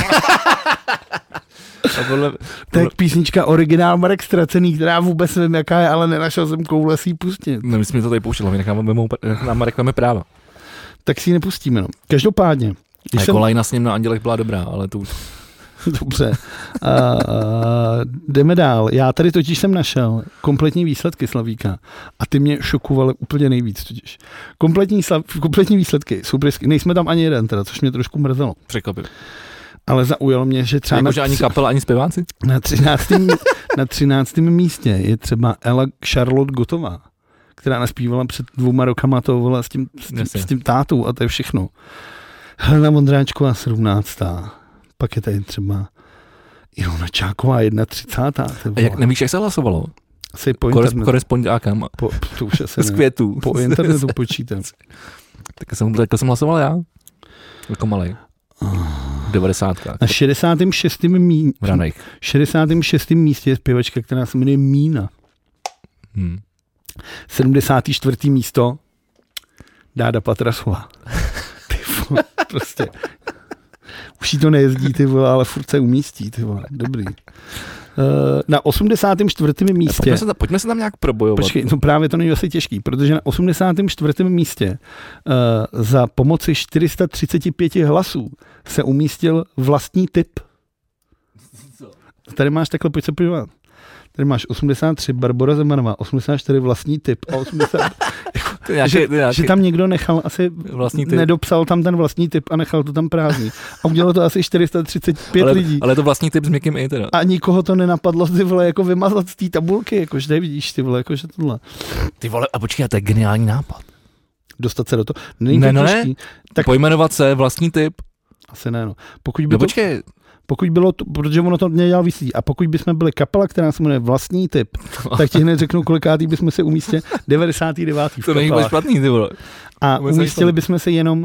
To je písnička originál Marek Ztracený, která vůbec nevím, jaká je, ale nenašel jsem koule si ji pustit. No, my jsme to tady pouštěli, jinak nám Marek máme práva. Tak si ji nepustíme, no. Každopádně. Jako lajna s ním na Andělech byla dobrá, ale to už... Dobře. Jdeme dál. Já tady totiž jsem našel kompletní výsledky Slavíka a ty mě šokovaly úplně nejvíc totiž. Kompletní výsledky jsou brzky. Nejsme tam ani jeden teda, což mě trošku mrzelo. Překvapil. Ale zaujalo mě, že třeba... Jakože ani kapela, ani zpěváci? Na 13. místě je třeba Ella Charlotte Gotová, která naspívala před 2 rokama to vole s tím tátou a to je všechno. Helena Vondráčková 17. Pak je tady třeba Ilona Čáková 31. A jak nevíš, jak se hlasovalo? Asi po internetu. Korespondákama. To už asi z květů. Po internetu počítám. Tak jsem hlasoval já. Jako malej. 90. Na 66. 66. místě je zpěvačka, která se jmenuje Mína. 74. místo Dáda Patrasová. Ty vole, prostě. Už jí to nejezdí, ty vole, ale furt se umístí, ty vole. Dobrý. Na 84. místě... Pojďme se tam nějak probojovat. Počkej, no právě to není asi těžký, protože na 84. místě za pomoci 435 hlasů se umístil vlastní typ. Tady máš takhle, pojď se podívat. Tady máš 83 Barbora Zemanová, 84 vlastní typ a 80... že tam někdo nechal asi, nedopsal tam ten vlastní typ a nechal to tam prázdný. A udělalo to asi 435 lidí. Ale to vlastní typ s měkkým i teda. A nikoho to nenapadlo, ty vole, jako vymazat z té tabulky, jakože tady vidíš, ty vole, jakože tohle. Ty vole, a počkej, to je geniální nápad. Dostat se do toho. Ne. Tak pojmenovat se vlastní typ. Asi ne, no. Pokud bylo to, protože ono to nedělal víc, a pokud bychom byli kapela, která se jmenuje vlastní typ, tak ti hned řeknu, kolikátý bychom se umístili, 99. To není špatný, ty vole. A umístili bychom se jenom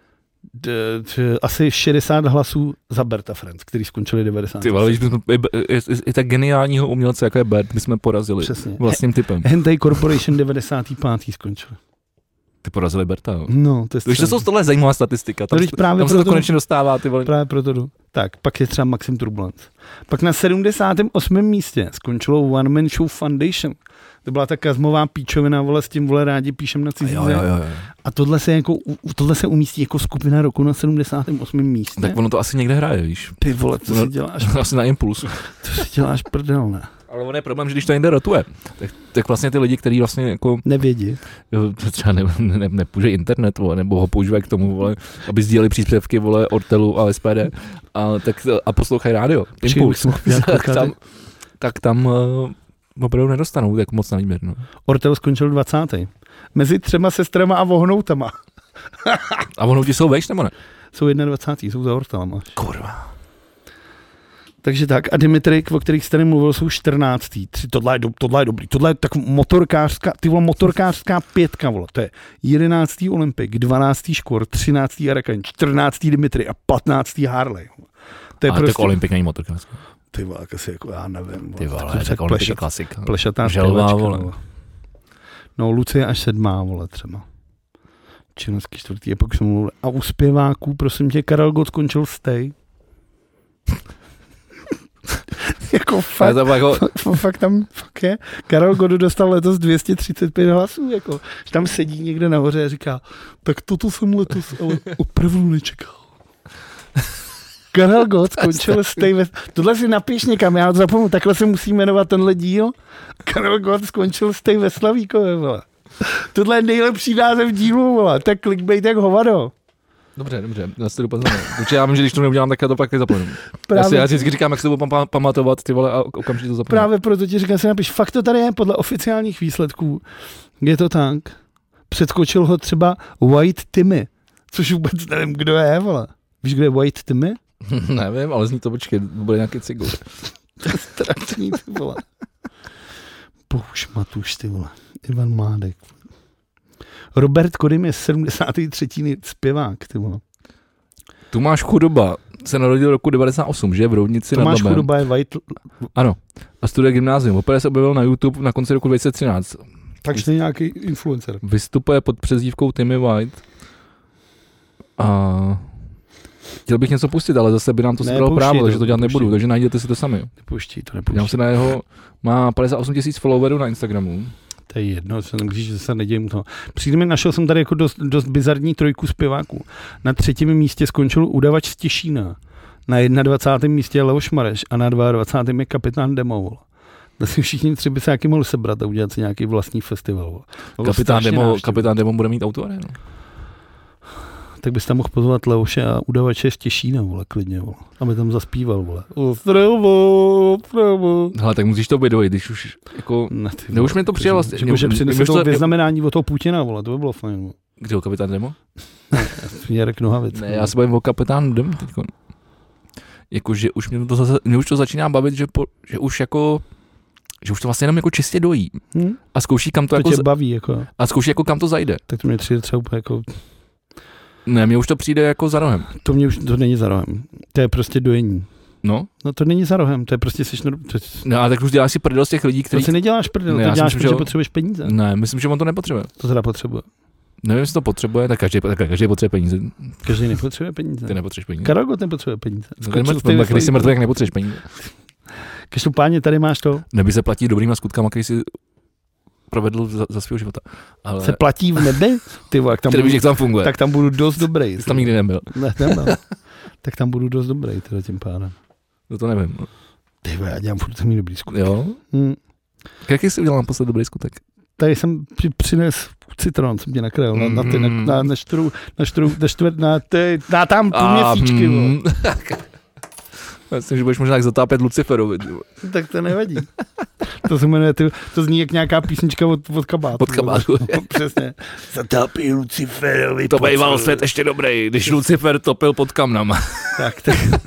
asi 60 hlasů za Berta Friends, který skončili 90. Ty vole, i tak geniálního umělce, jako je Bert, my jsme porazili. Přesně. Vlastním typem. Hentai Corporation 95. skončili. Ty porazili Berta, jo. No, to je tohle je zajímavá statistika. Tam se to konečně dostává, ty vole. Právě proto jdu. Tak, pak je třeba Maxim Turbulence. Pak na 78. místě skončilo One Man Show Foundation. To byla ta kazmová píčovina, vole, s tím, vole, rádi píšem na cizí. A tohle se umístí jako skupina roku na 78. místě. Tak ono to asi někde hraje, víš. Ty vole, co si děláš? Asi na Impulsu. To si děláš prdel, ne? Ale on je problém, že když to jinde rotuje, tak vlastně ty lidi, kteří vlastně jako... Nevědí. Třeba nepoužije internet, vole, nebo ho používají k tomu, vole, aby sdíleli příspěvky, vole, Ortelu a SPD a poslouchají rádio. Impuls. Tak tam opravdu nedostanou tak moc na výběr. No. Ortel skončil 20. Mezi 3 sestrama a vohnoutama. A vohnouti jsou vejš, nebo ne? Jsou 21. Jsou za Ortelama. Kurva. Takže tak, a Dimitri, o kterých jste nemluvil, jsou 14. Tohle je dobrý. Tohle je tak motorkářská 5, vole. To je 11. Olympik, 12. Škor, 13. Arakan, 14. Dimitri a 15. Harley. To je ale prostě... tak Olympik není motorkářská. Ty vole, asi jako, já nevím. Ty vole, tak Olympik je klasika. Plešatá želvá, vole. No, Lucie až 7, vole, třeba. Činoský 4. a pak jsem mluvil. A u zpěváků, prosím tě, Karel Gott skončil stay. Jako fakt tam je. Karel Gott dostal letos 235 hlasů, jako. Že tam sedí někde nahoře a říká, tak toto jsem letos ale opravdu nečekal. Karel Gott skončil stay tohle si napiš někam, já zapomenu, takhle se musí jmenovat tenhle díl. Karel Gott skončil stay ve Slavíkově, vole. Tohle je nejlepší název dílu, vole. Tak clickbait jak hovado. Dobře, já si to dopadnu. Určitě já vím, že když to neudělám, tak já to pak zapomenu. Já si vždycky říkám, jak se to budu pamatovat, ty vole, a okamžitě to zapomenu. Právě proto ti říkám, si napiš, fakt to tady je, podle oficiálních výsledků. Je to tak. Předskočil ho třeba White Timmy, což vůbec nevím, kdo je, vole. Víš, kdo je White Timmy? Nevím, ale zní to, počkej, bude nějaký cigl. To je strašný, ty vole. Bohuž Matuš, ty vole. Ivan Mádek. Robert Kodym je 73. zpěvák, ty vole. Tomáš Chudoba se narodil roku 98, že v Roudnici nad Labem. Tomáš Chudoba je White... Ano. A studuje gymnázium. Opět se objevil na YouTube na konci roku 2013. Takže to je nějaký influencer. Vystupuje pod přezdívkou Timmy White. A chtěl bych něco pustit, ale zase by nám to sebralo právo, takže to dělat nebudu, takže najděte si to sami. Nepouští to. Já se na jeho, má 58 000 followerů na Instagramu. To je jedno, co nemůžeš, že se nedějím to. Přijde mi, našel jsem tady jako dost bizarní trojku zpěváků. Na 3. místě skončil Udavač z Těšína. Na 21. místě je Leoš Mareš a na 22. je Kapitán Demo. To si všichni tři by se nějaký mohli sebrat a udělat si nějaký vlastní festival. Kapitán Demo bude mít autoarénu. Tak bys tam mohl pozvat Leoše a Udavače z Těšína, vole, klidně, vole, aby tam zaspíval, vole. Ostravo. Hele, tak musíš to obědojit, když už, jako, ne už mi to přijel vlastně. Že přinese to vyznamenání od toho Putina, vole, to by bylo fajn. Kde je Kapitán Demo? Jarek Nohavic. Ne, já se bavím o Kapitánu Demo teďko. Jakože už mě to začíná bavit, že už jako, že už to vlastně jenom jako čistě dojí. A zkouší, kam to jako... To tě baví, jako. A zkouší, jako kam to zajde. Tak to mě přijde třeba úplně jako... Ne, mně už to přijde jako za rohem. To není za rohem. To je prostě dojení. No? No to není za rohem, to je prostě... No a tak už děláš si prdel z těch lidí, kteří... To si neděláš prdel, to děláš, protože potřebuješ peníze. Ne, myslím, že on to nepotřebuje. To teda potřebuje. Nevím, jestli to potřebuje, tak každý potřebuje peníze. Každý nepotřebuje peníze. Ty nepotřebuješ peníze. Karel Gott nepotřebuje peníze. Když jsi mrtvý, jak nepotřebuješ peníze. Každopádně tady máš to. Neby se platí dobrýma skutkama, který si provedl za svého života. Ale... Se platí v nebi? Ty vole, tam funguje. Tak tam budu dost dobrý. Jsi tam nikdy nebyl. Nebyl. Tak tam budu dost dobrý, teda tím pádem. No to nevím. Ty vole, já dělám furt mý dobrý skutek. Jo? Jaký jsi udělal naposled dobrý skutek? Tady jsem přines citron, jsem tě nakryl na tam půlměsíčky. Myslím, že budeš možná tak zatápět Luciferovi. Tak to nevadí. To se jmenuje, to zní jak nějaká písnička od Kabátu. Od Kabátu. Přesně. Zatápí Luciferovi. To býval svět ještě dobrý, když Lucifer topil pod kamnama. Tak.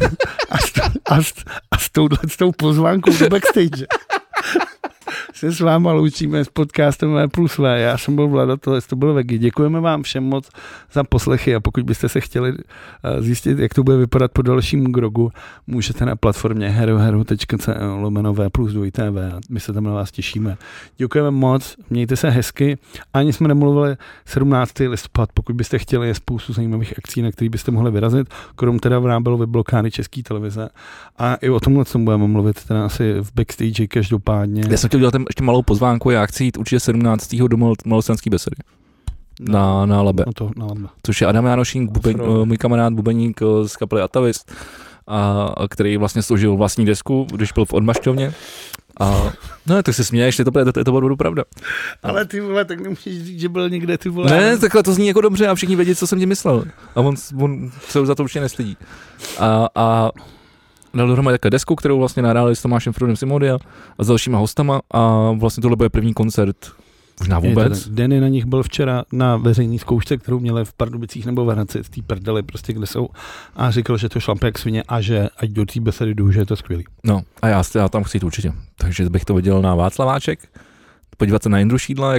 A s tou pozvánkou do backstage. Se s váma loučíme s podcastem V+V. Já jsem byl Vlado, to byl Vegy. Děkujeme vám všem moc za poslechy a pokud byste se chtěli zjistit, jak to bude vypadat po dalším grogu, můžete na platformě herohero.co/V+2TV a my se tam na vás těšíme. Děkujeme moc, mějte se hezky. Ani jsme nemluvili 17. listopad, pokud byste chtěli, je spoustu zajímavých akcí, na které byste mohli vyrazit, krom teda v nábelově blokády České televize. A i o tomhle co budeme mluvit teda asi v backstage každopádně. Já jsem chtěl dělat ještě malou pozvánku, já chci jít určitě 17. do Malostranské besedy. Na Labe. Na Labe. Což je Adam Jánošík, můj kamarád, bubeník z kapely Atavist, který vlastně složil vlastní desku, když byl v Odmašťovně. A no, tak se směješ, to bylo pravda. Ale ty vole, tak nemůžeš říct, že byl někde, ty vole. Ne, takhle to zní jako dobře a všichni vědí, co jsem ti myslel. A on se za to určitě nestydí. A dal dohromady takhle desku, kterou vlastně nahráli s Tomášem Frodem Simodia a s dalšíma hostama a vlastně tohle bude první koncert možná vůbec. Denny na nich byl včera na veřejné zkoušce, kterou měli v Pardubicích nebo v Hradci, v té prdeli prostě, kde jsou a říkal, že to šlampe jak svině a že ať do té besedy jdu, že je to skvělý. No a já tam chci jít určitě, takže bych to viděl na Václaváček, podívat se na Jindru Šídla,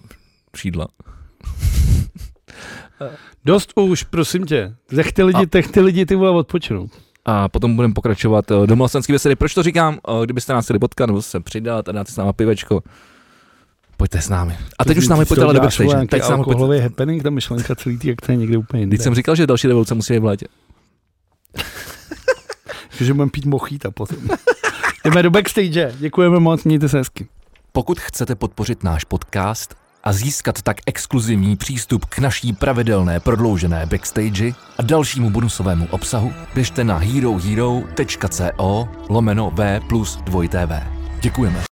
Dost už, prosím tě, ty lidi ty vole odpočinout. A potom budeme pokračovat do Malostranské besedy. Proč to říkám? Kdybyste nás chtěli potkat nebo se přidat a dát si s náma pivečko, pojďte s námi. A teď už s námi pojďte ale do backstage. Teď s námi alkoholový happening, ta myšlenka celý tý, jak to je někde úplně jinde. Teď jsem říkal, že další revoluce musí být v létě. že budeme pít mochita potom. Jdeme do backstage. Děkujeme moc, mějte se hezky. Pokud chcete podpořit náš podcast, a získat tak exkluzivní přístup k naší pravidelné prodloužené backstage a dalšímu bonusovému obsahu, běžte na herohero.co/V+2TV. Děkujeme.